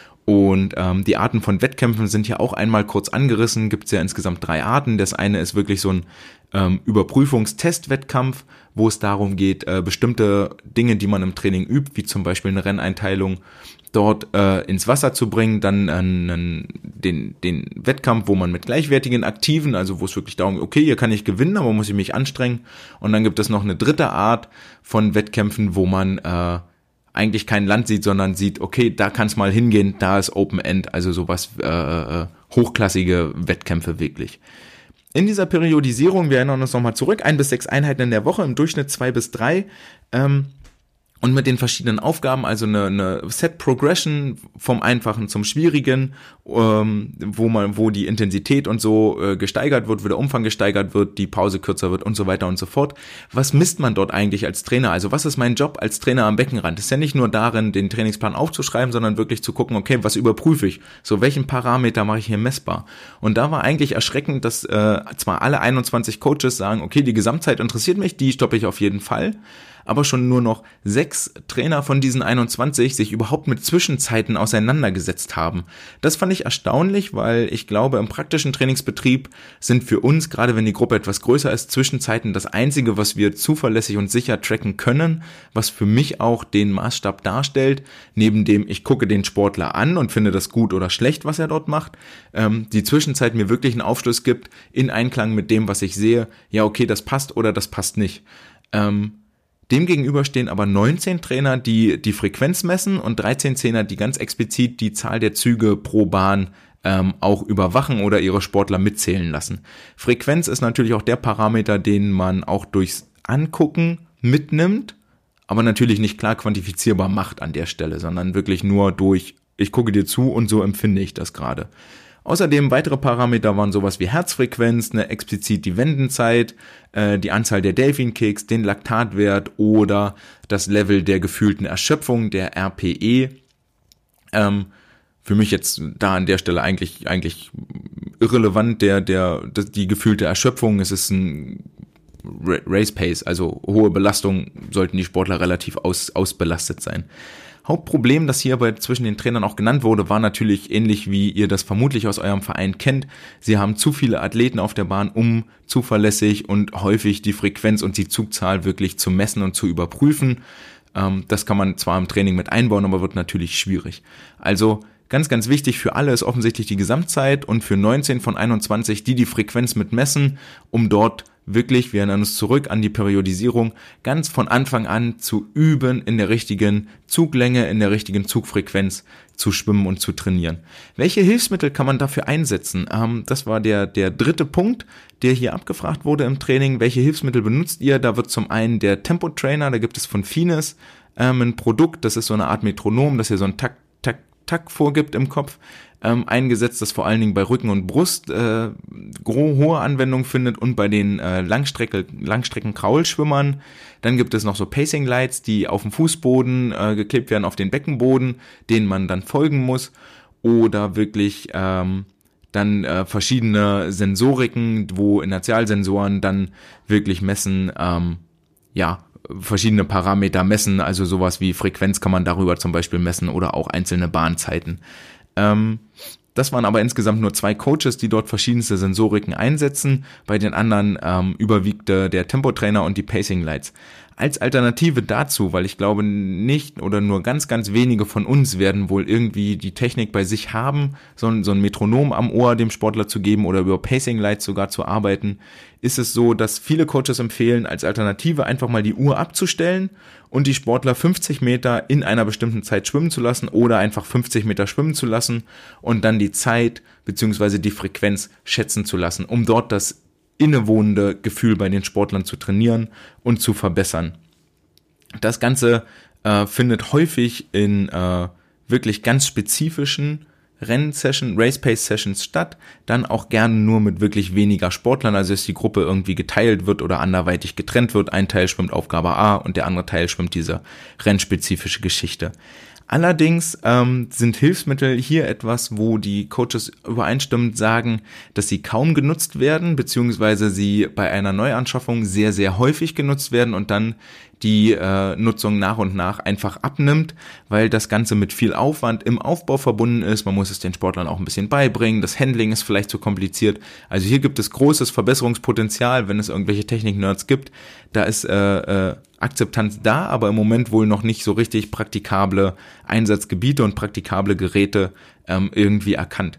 Und ähm, die Arten von Wettkämpfen sind ja auch einmal kurz angerissen, gibt es ja insgesamt drei Arten. Das eine ist wirklich so ein ähm, Überprüfungstestwettkampf, wo es darum geht, äh, bestimmte Dinge, die man im Training übt, wie zum Beispiel eine Renneinteilung, dort äh, ins Wasser zu bringen, dann äh, den, den Wettkampf, wo man mit gleichwertigen Aktiven, also wo es wirklich darum geht, okay, hier kann ich gewinnen, aber muss ich mich anstrengen. Und dann gibt es noch eine dritte Art von Wettkämpfen, wo man äh, eigentlich kein Land sieht, sondern sieht, okay, da kann es mal hingehen, da ist Open End, also sowas äh, hochklassige Wettkämpfe wirklich. In dieser Periodisierung, wir erinnern uns nochmal zurück, ein bis sechs Einheiten in der Woche, im Durchschnitt zwei bis drei, ähm, und mit den verschiedenen Aufgaben, also eine, eine Set Progression vom Einfachen zum Schwierigen, ähm, wo man, wo die Intensität und so äh, gesteigert wird, wo der Umfang gesteigert wird, die Pause kürzer wird und so weiter und so fort. Was misst man dort eigentlich als Trainer? Also was ist mein Job als Trainer am Beckenrand? Das ist ja nicht nur darin, den Trainingsplan aufzuschreiben, sondern wirklich zu gucken, okay, was überprüfe ich? So, welchen Parameter mache ich hier messbar? Und da war eigentlich erschreckend, dass äh, zwar alle einundzwanzig Coaches sagen, okay, die Gesamtzeit interessiert mich, die stoppe ich auf jeden Fall, aber schon nur noch sechs Trainer von diesen einundzwanzig sich überhaupt mit Zwischenzeiten auseinandergesetzt haben. Das fand ich erstaunlich, weil ich glaube, im praktischen Trainingsbetrieb sind für uns, gerade wenn die Gruppe etwas größer ist, Zwischenzeiten das Einzige, was wir zuverlässig und sicher tracken können, was für mich auch den Maßstab darstellt, neben dem ich gucke den Sportler an und finde das gut oder schlecht, was er dort macht, ähm, die Zwischenzeit mir wirklich einen Aufschluss gibt, in Einklang mit dem, was ich sehe, ja okay, das passt oder das passt nicht. Ähm, Demgegenüber stehen aber neunzehn Trainer, die die Frequenz messen und dreizehn Trainer, die ganz explizit die Zahl der Züge pro Bahn ähm, auch überwachen oder ihre Sportler mitzählen lassen. Frequenz ist natürlich auch der Parameter, den man auch durchs Angucken mitnimmt, aber natürlich nicht klar quantifizierbar macht an der Stelle, sondern wirklich nur durch, ich gucke dir zu und so empfinde ich das gerade. Außerdem weitere Parameter waren sowas wie Herzfrequenz, eine explizit die Wendenzeit, äh, die Anzahl der Delfin-Kicks, den Laktatwert oder das Level der gefühlten Erschöpfung, der R P E. Ähm, für mich jetzt da an der Stelle eigentlich eigentlich irrelevant, der der die gefühlte Erschöpfung. Es ist ein Race Pace, also hohe Belastung, sollten die Sportler relativ aus, ausbelastet sein. Hauptproblem, das hier aber zwischen den Trainern auch genannt wurde, war natürlich ähnlich, wie ihr das vermutlich aus eurem Verein kennt. Sie haben zu viele Athleten auf der Bahn, um zuverlässig und häufig die Frequenz und die Zugzahl wirklich zu messen und zu überprüfen. Ähm, das kann man zwar im Training mit einbauen, aber wird natürlich schwierig. Also ganz, ganz wichtig für alle ist offensichtlich die Gesamtzeit und für neunzehn von einundzwanzig, die die Frequenz mit messen, um dort wirklich, wir erinnern uns zurück an die Periodisierung, ganz von Anfang an zu üben, in der richtigen Zuglänge, in der richtigen Zugfrequenz zu schwimmen und zu trainieren. Welche Hilfsmittel kann man dafür einsetzen? Ähm, das war der, der dritte Punkt, der hier abgefragt wurde im Training. Welche Hilfsmittel benutzt ihr? Da wird zum einen der Tempo Trainer, da gibt es von Fines ähm, ein Produkt, das ist so eine Art Metronom, das hier so ein Takt, Takt, Tack vorgibt im Kopf, ähm, eingesetzt, das vor allen Dingen bei Rücken und Brust äh, hohe Anwendung findet und bei den äh, Langstrecke, Langstrecken-Kraulschwimmern. Dann gibt es noch so Pacing Lights, die auf dem Fußboden äh, geklebt werden, auf den Beckenboden, denen man dann folgen muss. Oder wirklich ähm, dann äh, verschiedene Sensoriken, wo Inertialsensoren dann wirklich messen, ähm, ja, verschiedene Parameter messen, also sowas wie Frequenz kann man darüber zum Beispiel messen oder auch einzelne Bahnzeiten. Ähm, das waren aber insgesamt nur zwei Coaches, die dort verschiedenste Sensoriken einsetzen. Bei den anderen ähm, überwiegte der Tempotrainer und die Pacing Lights. Als Alternative dazu, weil ich glaube nicht oder nur ganz, ganz wenige von uns werden wohl irgendwie die Technik bei sich haben, so ein, so ein Metronom am Ohr dem Sportler zu geben oder über Pacing Lights sogar zu arbeiten, ist es so, dass viele Coaches empfehlen, als Alternative einfach mal die Uhr abzustellen und die Sportler fünfzig Meter in einer bestimmten Zeit schwimmen zu lassen oder einfach fünfzig Meter schwimmen zu lassen und dann die Zeit bzw. die Frequenz schätzen zu lassen, um dort das innewohnende Gefühl bei den Sportlern zu trainieren und zu verbessern. Das Ganze äh, findet häufig in äh, wirklich ganz spezifischen Rennsessions, Race-Pace-Sessions statt, dann auch gerne nur mit wirklich weniger Sportlern, also dass die Gruppe irgendwie geteilt wird oder anderweitig getrennt wird. Ein Teil schwimmt Aufgabe A und der andere Teil schwimmt diese rennspezifische Geschichte. Allerdings ähm, sind Hilfsmittel hier etwas, wo die Coaches übereinstimmend sagen, dass sie kaum genutzt werden, beziehungsweise sie bei einer Neuanschaffung sehr, sehr häufig genutzt werden und dann die äh, Nutzung nach und nach einfach abnimmt, weil das Ganze mit viel Aufwand im Aufbau verbunden ist. Man muss es den Sportlern auch ein bisschen beibringen. Das Handling ist vielleicht zu kompliziert. Also hier gibt es großes Verbesserungspotenzial, wenn es irgendwelche Technik-Nerds gibt. Da ist äh, äh, Akzeptanz da, aber im Moment wohl noch nicht so richtig praktikable Einsatzgebiete und praktikable Geräte ähm, irgendwie erkannt.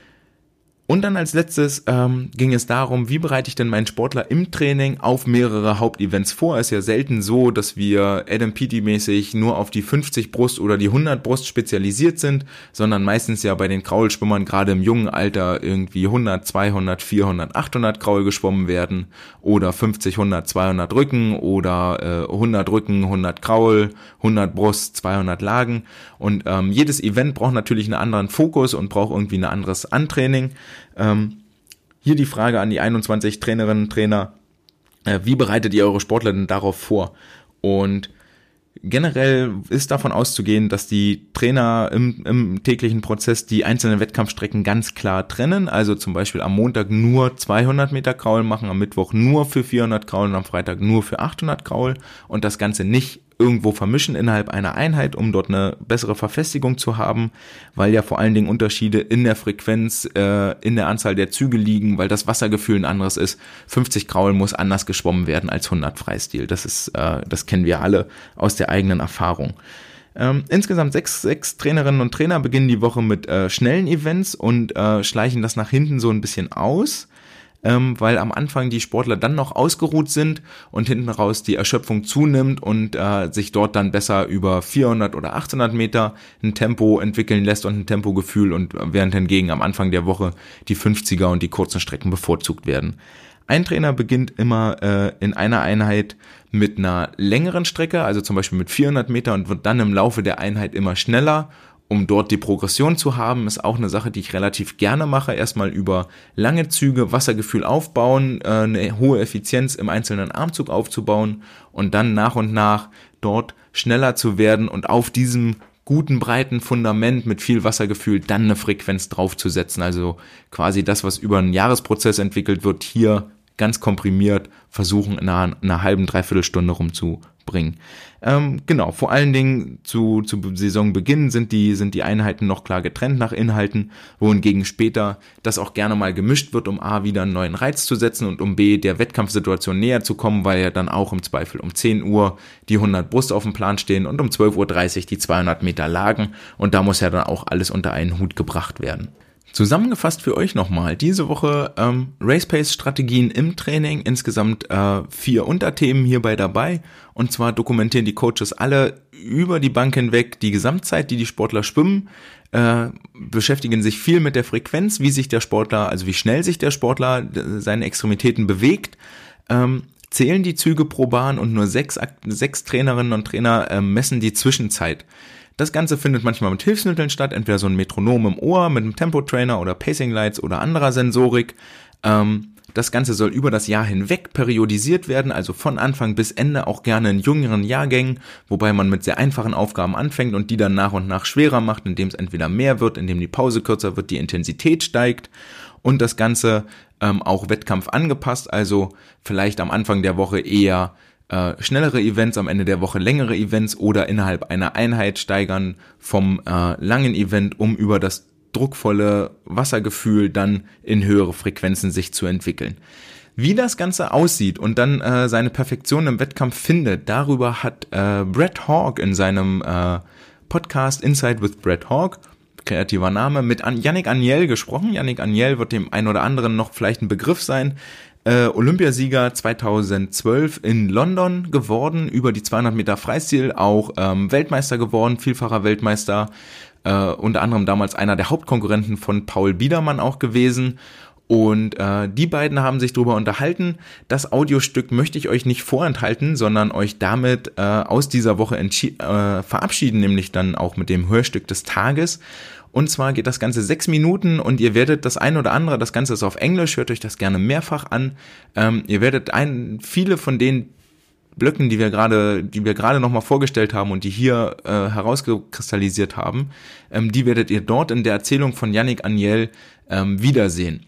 Und dann als letztes ähm, ging es darum, wie bereite ich denn meinen Sportler im Training auf mehrere Hauptevents vor. Es ist ja selten so, dass wir Adam Peaty-mäßig nur auf die fünfzig Brust oder die hundert Brust spezialisiert sind, sondern meistens ja bei den Kraulschwimmern gerade im jungen Alter irgendwie hundert, zweihundert, vierhundert, achthundert Kraul geschwommen werden oder fünfzig, hundert, zweihundert Rücken oder äh, hundert Rücken, hundert Kraul, hundert Brust, zweihundert Lagen. Und ähm, jedes Event braucht natürlich einen anderen Fokus und braucht irgendwie ein anderes Antraining. Ähm, hier die Frage an die einundzwanzig Trainerinnen und Trainer, äh, wie bereitet ihr eure Sportler denn darauf vor? Und generell ist davon auszugehen, dass die Trainer im, im täglichen Prozess die einzelnen Wettkampfstrecken ganz klar trennen, also zum Beispiel am Montag nur zweihundert Meter Kraul machen, am Mittwoch nur für vierhundert Kraul und am Freitag nur für achthundert Kraul und das Ganze nicht irgendwo vermischen innerhalb einer Einheit, um dort eine bessere Verfestigung zu haben, weil ja vor allen Dingen Unterschiede in der Frequenz, äh, in der Anzahl der Züge liegen, weil das Wassergefühl ein anderes ist. fünfzig Kraul muss anders geschwommen werden als hundert Freistil. Das ist, äh, das kennen wir alle aus der eigenen Erfahrung. Ähm, insgesamt sechs, sechs Trainerinnen und Trainer beginnen die Woche mit äh, schnellen Events und äh, schleichen das nach hinten so ein bisschen aus. Ähm, weil am Anfang die Sportler dann noch ausgeruht sind und hinten raus die Erschöpfung zunimmt und äh, sich dort dann besser über vierhundert oder achthundert Meter ein Tempo entwickeln lässt und ein Tempogefühl und während hingegen am Anfang der Woche die fünfziger und die kurzen Strecken bevorzugt werden. Ein Trainer beginnt immer äh, in einer Einheit mit einer längeren Strecke, also zum Beispiel mit vierhundert Meter und wird dann im Laufe der Einheit immer schneller, um dort die Progression zu haben. Ist auch eine Sache, die ich relativ gerne mache. Erstmal über lange Züge Wassergefühl aufbauen, äh, eine hohe Effizienz im einzelnen Armzug aufzubauen und dann nach und nach dort schneller zu werden und auf diesem guten, breiten Fundament mit viel Wassergefühl dann eine Frequenz draufzusetzen. Also quasi das, was über einen Jahresprozess entwickelt wird, hier ganz komprimiert versuchen, in einer, einer halben, dreiviertel Stunde rumzubringen. Ähm, genau, vor allen Dingen zu, zu Saisonbeginn sind die, sind die Einheiten noch klar getrennt nach Inhalten, wohingegen später das auch gerne mal gemischt wird, um A, wieder einen neuen Reiz zu setzen und um B, der Wettkampfsituation näher zu kommen, weil ja dann auch im Zweifel um zehn Uhr die hundert Brust auf dem Plan stehen und um zwölf Uhr dreißig die zweihundert Meter Lagen und da muss ja dann auch alles unter einen Hut gebracht werden. Zusammengefasst für euch nochmal, diese Woche ähm, Race-Pace-Strategien im Training, insgesamt äh, vier Unterthemen hierbei dabei und zwar dokumentieren die Coaches alle über die Bank hinweg die Gesamtzeit, die die Sportler schwimmen, äh, beschäftigen sich viel mit der Frequenz, wie sich der Sportler, also wie schnell sich der Sportler seine Extremitäten bewegt, ähm, zählen die Züge pro Bahn und nur sechs, sechs Trainerinnen und Trainer äh, messen die Zwischenzeit. Das Ganze findet manchmal mit Hilfsmitteln statt, entweder so ein Metronom im Ohr mit einem Tempotrainer oder Pacing Lights oder anderer Sensorik. Ähm, das Ganze soll über das Jahr hinweg periodisiert werden, also von Anfang bis Ende, auch gerne in jüngeren Jahrgängen, wobei man mit sehr einfachen Aufgaben anfängt und die dann nach und nach schwerer macht, indem es entweder mehr wird, indem die Pause kürzer wird, die Intensität steigt und das Ganze ähm, auch Wettkampf angepasst, also vielleicht am Anfang der Woche eher äh, schnellere Events, am Ende der Woche längere Events oder innerhalb einer Einheit steigern vom äh, langen Event, um über das druckvolle Wassergefühl dann in höhere Frequenzen sich zu entwickeln. Wie das Ganze aussieht und dann äh, seine Perfektion im Wettkampf findet, darüber hat äh, Brett Hawke in seinem äh, Podcast Inside with Brett Hawke, kreativer Name, mit An- Yannick Agnel gesprochen. Yannick Agnel wird dem einen oder anderen noch vielleicht ein Begriff sein. Äh, Olympiasieger zweitausendzwölf in London geworden, über die zweihundert Meter Freistil, auch ähm, Weltmeister geworden, vielfacher Weltmeister, äh, unter anderem damals einer der Hauptkonkurrenten von Paul Biedermann auch gewesen. Und äh, die beiden haben sich darüber unterhalten. Das Audiostück möchte ich euch nicht vorenthalten, sondern euch damit äh, aus dieser Woche entschi- äh, verabschieden, nämlich dann auch mit dem Hörstück des Tages. Und zwar geht das Ganze sechs Minuten und ihr werdet das ein oder andere, das Ganze ist auf Englisch, hört euch das gerne mehrfach an. Ähm, ihr werdet ein, viele von den Blöcken, die wir gerade, die wir gerade nochmal vorgestellt haben und die hier äh, herausgekristallisiert haben, ähm, die werdet ihr dort in der Erzählung von Yannick Agnel ähm, wiedersehen.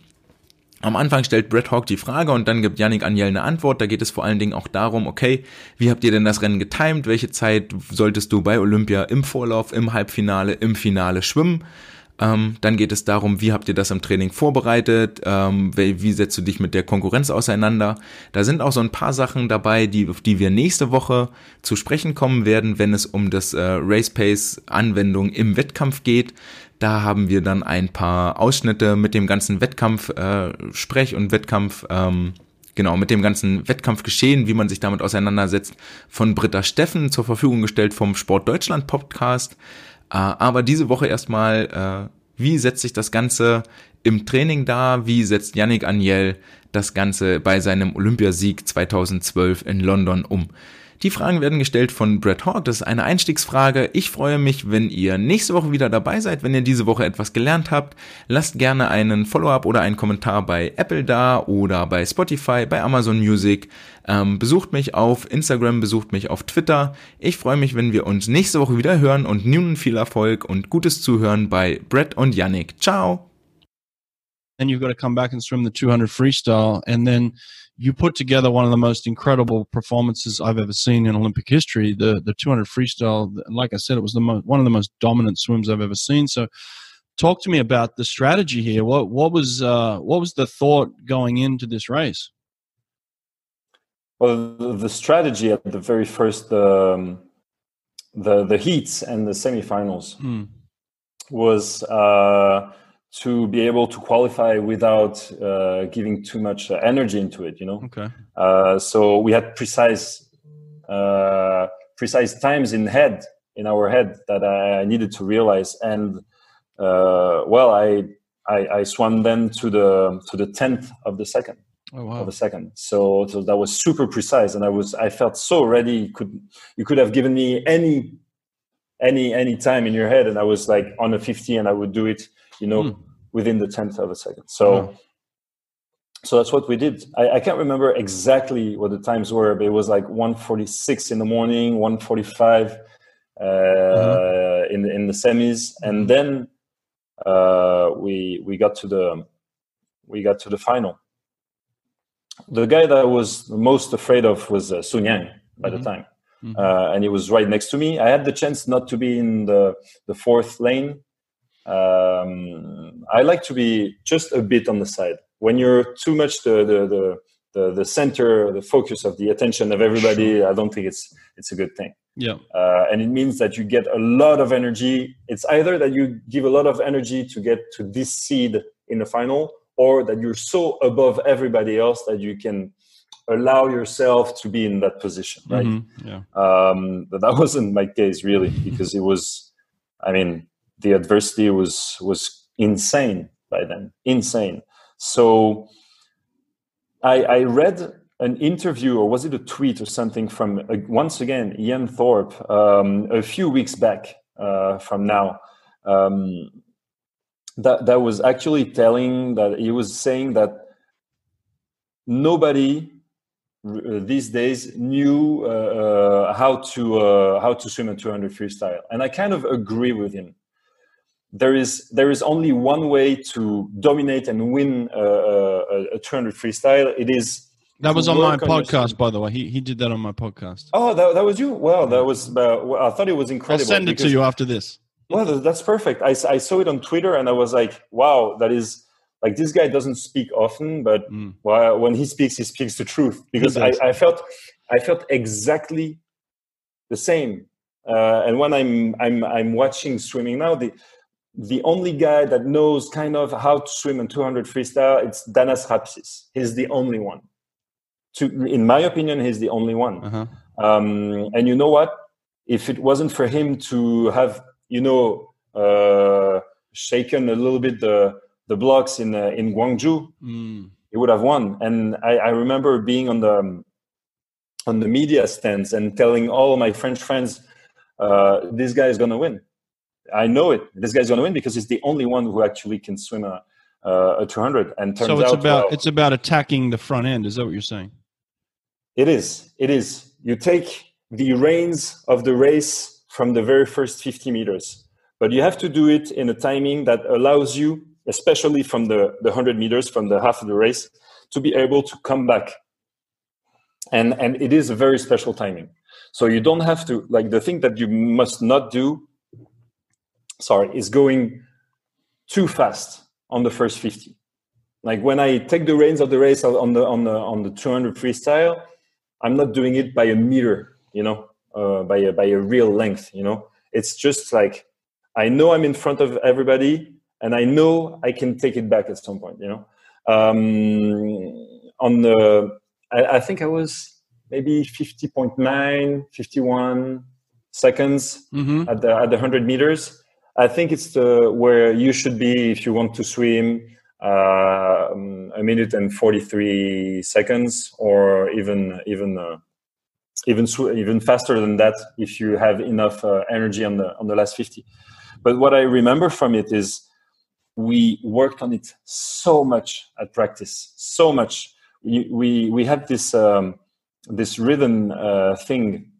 Am Anfang stellt Brett Hawke die Frage und dann gibt Yannick Agnel eine Antwort. Da geht es vor allen Dingen auch darum, okay, wie habt ihr denn das Rennen getimt? Welche Zeit solltest du bei Olympia im Vorlauf, im Halbfinale, im Finale schwimmen? Ähm, dann geht es darum, wie habt ihr das im Training vorbereitet? Ähm, wie, wie setzt du dich mit der Konkurrenz auseinander? Da sind auch so ein paar Sachen dabei, die, auf die wir nächste Woche zu sprechen kommen werden, wenn es um das äh, Race Pace Anwendung im Wettkampf geht. Da haben wir dann ein paar Ausschnitte mit dem ganzen Wettkampf äh, Sprech und Wettkampf, ähm, genau, mit dem ganzen Wettkampfgeschehen, wie man sich damit auseinandersetzt, von Britta Steffen zur Verfügung gestellt vom Sport Deutschland Podcast. Äh, aber diese Woche erstmal, äh, wie setzt sich das Ganze im Training dar? Wie setzt Yannick Agnel das Ganze bei seinem Olympiasieg zweitausendzwölf in London um? Die Fragen werden gestellt von Brett Hawke, das ist eine Einstiegsfrage. Ich freue mich, wenn ihr nächste Woche wieder dabei seid, wenn ihr diese Woche etwas gelernt habt. Lasst gerne einen Follow-up oder einen Kommentar bei Apple da oder bei Spotify, bei Amazon Music. Ähm, besucht mich auf Instagram, besucht mich auf Twitter. Ich freue mich, wenn wir uns nächste Woche wieder hören und nun viel Erfolg und gutes Zuhören bei Brett und Yannick. Ciao! Then you've got to come back and swim the two hundred freestyle, and then you put together one of the most incredible performances I've ever seen in Olympic history. The the two hundred freestyle, like I said, it was the mo- one of the most dominant swims I've ever seen. So, talk to me about the strategy here. What what was uh, what was the thought going into this race? Well, the, the strategy at the very first, um, the the heats and the semifinals mm. was. Uh, to be able to qualify without uh, giving too much uh, energy into it, you know? Okay. Uh, so we had precise uh, precise times in head, in our head that I needed to realize. And uh, well, I, I I swam then to the to the tenth of the second. Oh, wow. Of a second. So so that was super precise, and I was I felt so ready. You could you could have given me any any any time in your head, and I was like on a fifty, and I would do it, you know, mm. within the tenth of a second. So, wow. so that's what we did. I, I can't remember exactly what the times were, but it was like one forty-six in the morning, one forty-five uh, mm-hmm. in the, in the semis, and then uh, we we got to the we got to the final. The guy that I was the most afraid of was uh, Sun Yang by mm-hmm. the time. Mm-hmm. Uh, and he was right next to me. I had the chance not to be in the, the fourth lane. Um, I like to be just a bit on the side. When you're too much the the the the, the center, the focus of the attention of everybody, sure. I don't think it's it's a good thing. Yeah, uh, and it means that you get a lot of energy. It's either that you give a lot of energy to get to this seed in the final, or that you're so above everybody else that you can allow yourself to be in that position, right? Mm-hmm. Yeah. Um, but that wasn't my case really, because it was, I mean, the adversity was was insane by then, insane. So I, I read an interview, or was it a tweet or something from, uh, once again, Ian Thorpe, um, a few weeks back, uh, from now. Um, that that was actually telling that he was saying that nobody uh, these days knew uh, uh, how to uh, how to swim a two hundred freestyle, and I kind of agree with him. There is there is only one way to dominate and win uh, a, a two hundred freestyle. It is that was on my on podcast, by the way. He he did that on my podcast. Oh, that that was you. Well, that was. Uh, well, I thought it was incredible. I'll send it because, to you after this. Well, that's perfect. I, I saw it on Twitter and I was like, wow, that is like, this guy doesn't speak often, but mm. well, when he speaks, he speaks the truth, because I, I felt, I felt exactly the same. Uh, and when I'm, I'm, I'm watching swimming now, the, the only guy that knows kind of how to swim in two hundred freestyle, it's Danas Rapsis. He's the only one. To, in my opinion, he's the only one. Uh-huh. Um, and you know what? If it wasn't for him to have, you know, uh, shaken a little bit the the blocks in uh, in Gwangju, mm. he would have won. And I, I remember being on the um, on the media stands and telling all my French friends, uh, "This guy is going to win. I know it. This guy's going to win because he's the only one who actually can swim a uh, a two hundred." And turns so it's out, about well, it's about attacking the front end. Is that what you're saying? It is. It is. You take the reins of the race from the very first fifty meters. But you have to do it in a timing that allows you, especially from the, the one hundred meters, from the half of the race, to be able to come back. And, and it is a very special timing. So you don't have to, like, the thing that you must not do, sorry, is going too fast on the first fifty. Like when I take the reins of the race on the, on the, on the two hundred freestyle, I'm not doing it by a meter, you know. Uh, by a, by a real length, you know, it's just like I know I'm in front of everybody, and I know I can take it back at some point, you know. Um, on the, I, I think I was maybe fifty point nine, fifty-one seconds mm-hmm. at the at the one hundred meters. I think it's the where you should be if you want to swim uh, a minute and forty-three seconds, or even even. Uh, Even even faster than that if you have enough uh, energy on the on the last fifty. But what I remember from it is we worked on it so much at practice, so much. We we we had this um, this rhythm uh, thing.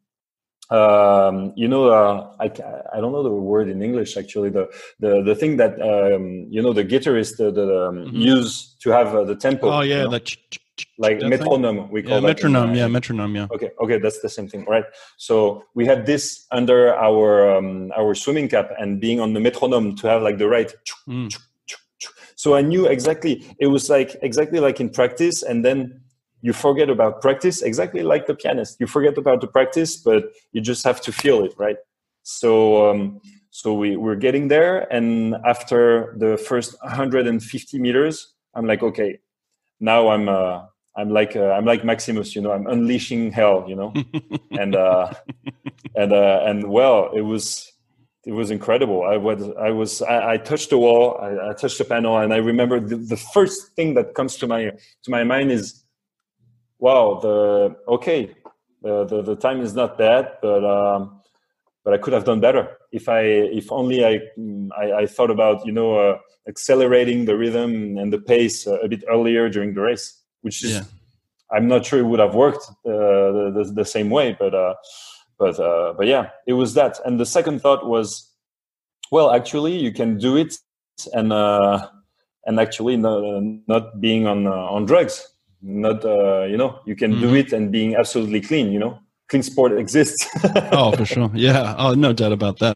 Um, you know, uh, I I don't know the word in English actually. The the the thing that um, you know the guitarist the, the um, mm-hmm. use to have uh, the tempo. Oh yeah, you know? the. Ch- Like metronome, we call yeah, that. metronome, in, uh, yeah, metronome, yeah. Okay, okay, that's the same thing, right? So we had this under our um, our swimming cap, and being on the metronome to have like the right. Mm. So I knew exactly. It was like exactly like in practice, and then you forget about practice, exactly like the pianist. You forget about the practice, but you just have to feel it, right? So um, so we we're getting there, and after the first one hundred fifty meters, I'm like, okay. Now I'm uh, I'm like uh, I'm like Maximus, you know. I'm unleashing hell, you know, and uh, and uh, and well, it was it was incredible. I was I was I, I touched the wall, I, I touched the panel, and I remember the, the first thing that comes to my to my mind is, wow, the okay, the the, the time is not bad, but um, but I could have done better if I if only I I, I thought about you know. Uh, accelerating the rhythm and the pace uh, a bit earlier during the race, which is, yeah. I'm not sure it would have worked uh, the, the, the same way, but uh, but uh, but yeah, it was that. And the second thought was, well, actually, you can do it, and uh, and actually not, not being on uh, on drugs, not uh, you know, you can mm-hmm. do it and being absolutely clean, you know. Clean sport exists. Oh, for sure. Yeah. Oh, no doubt about that.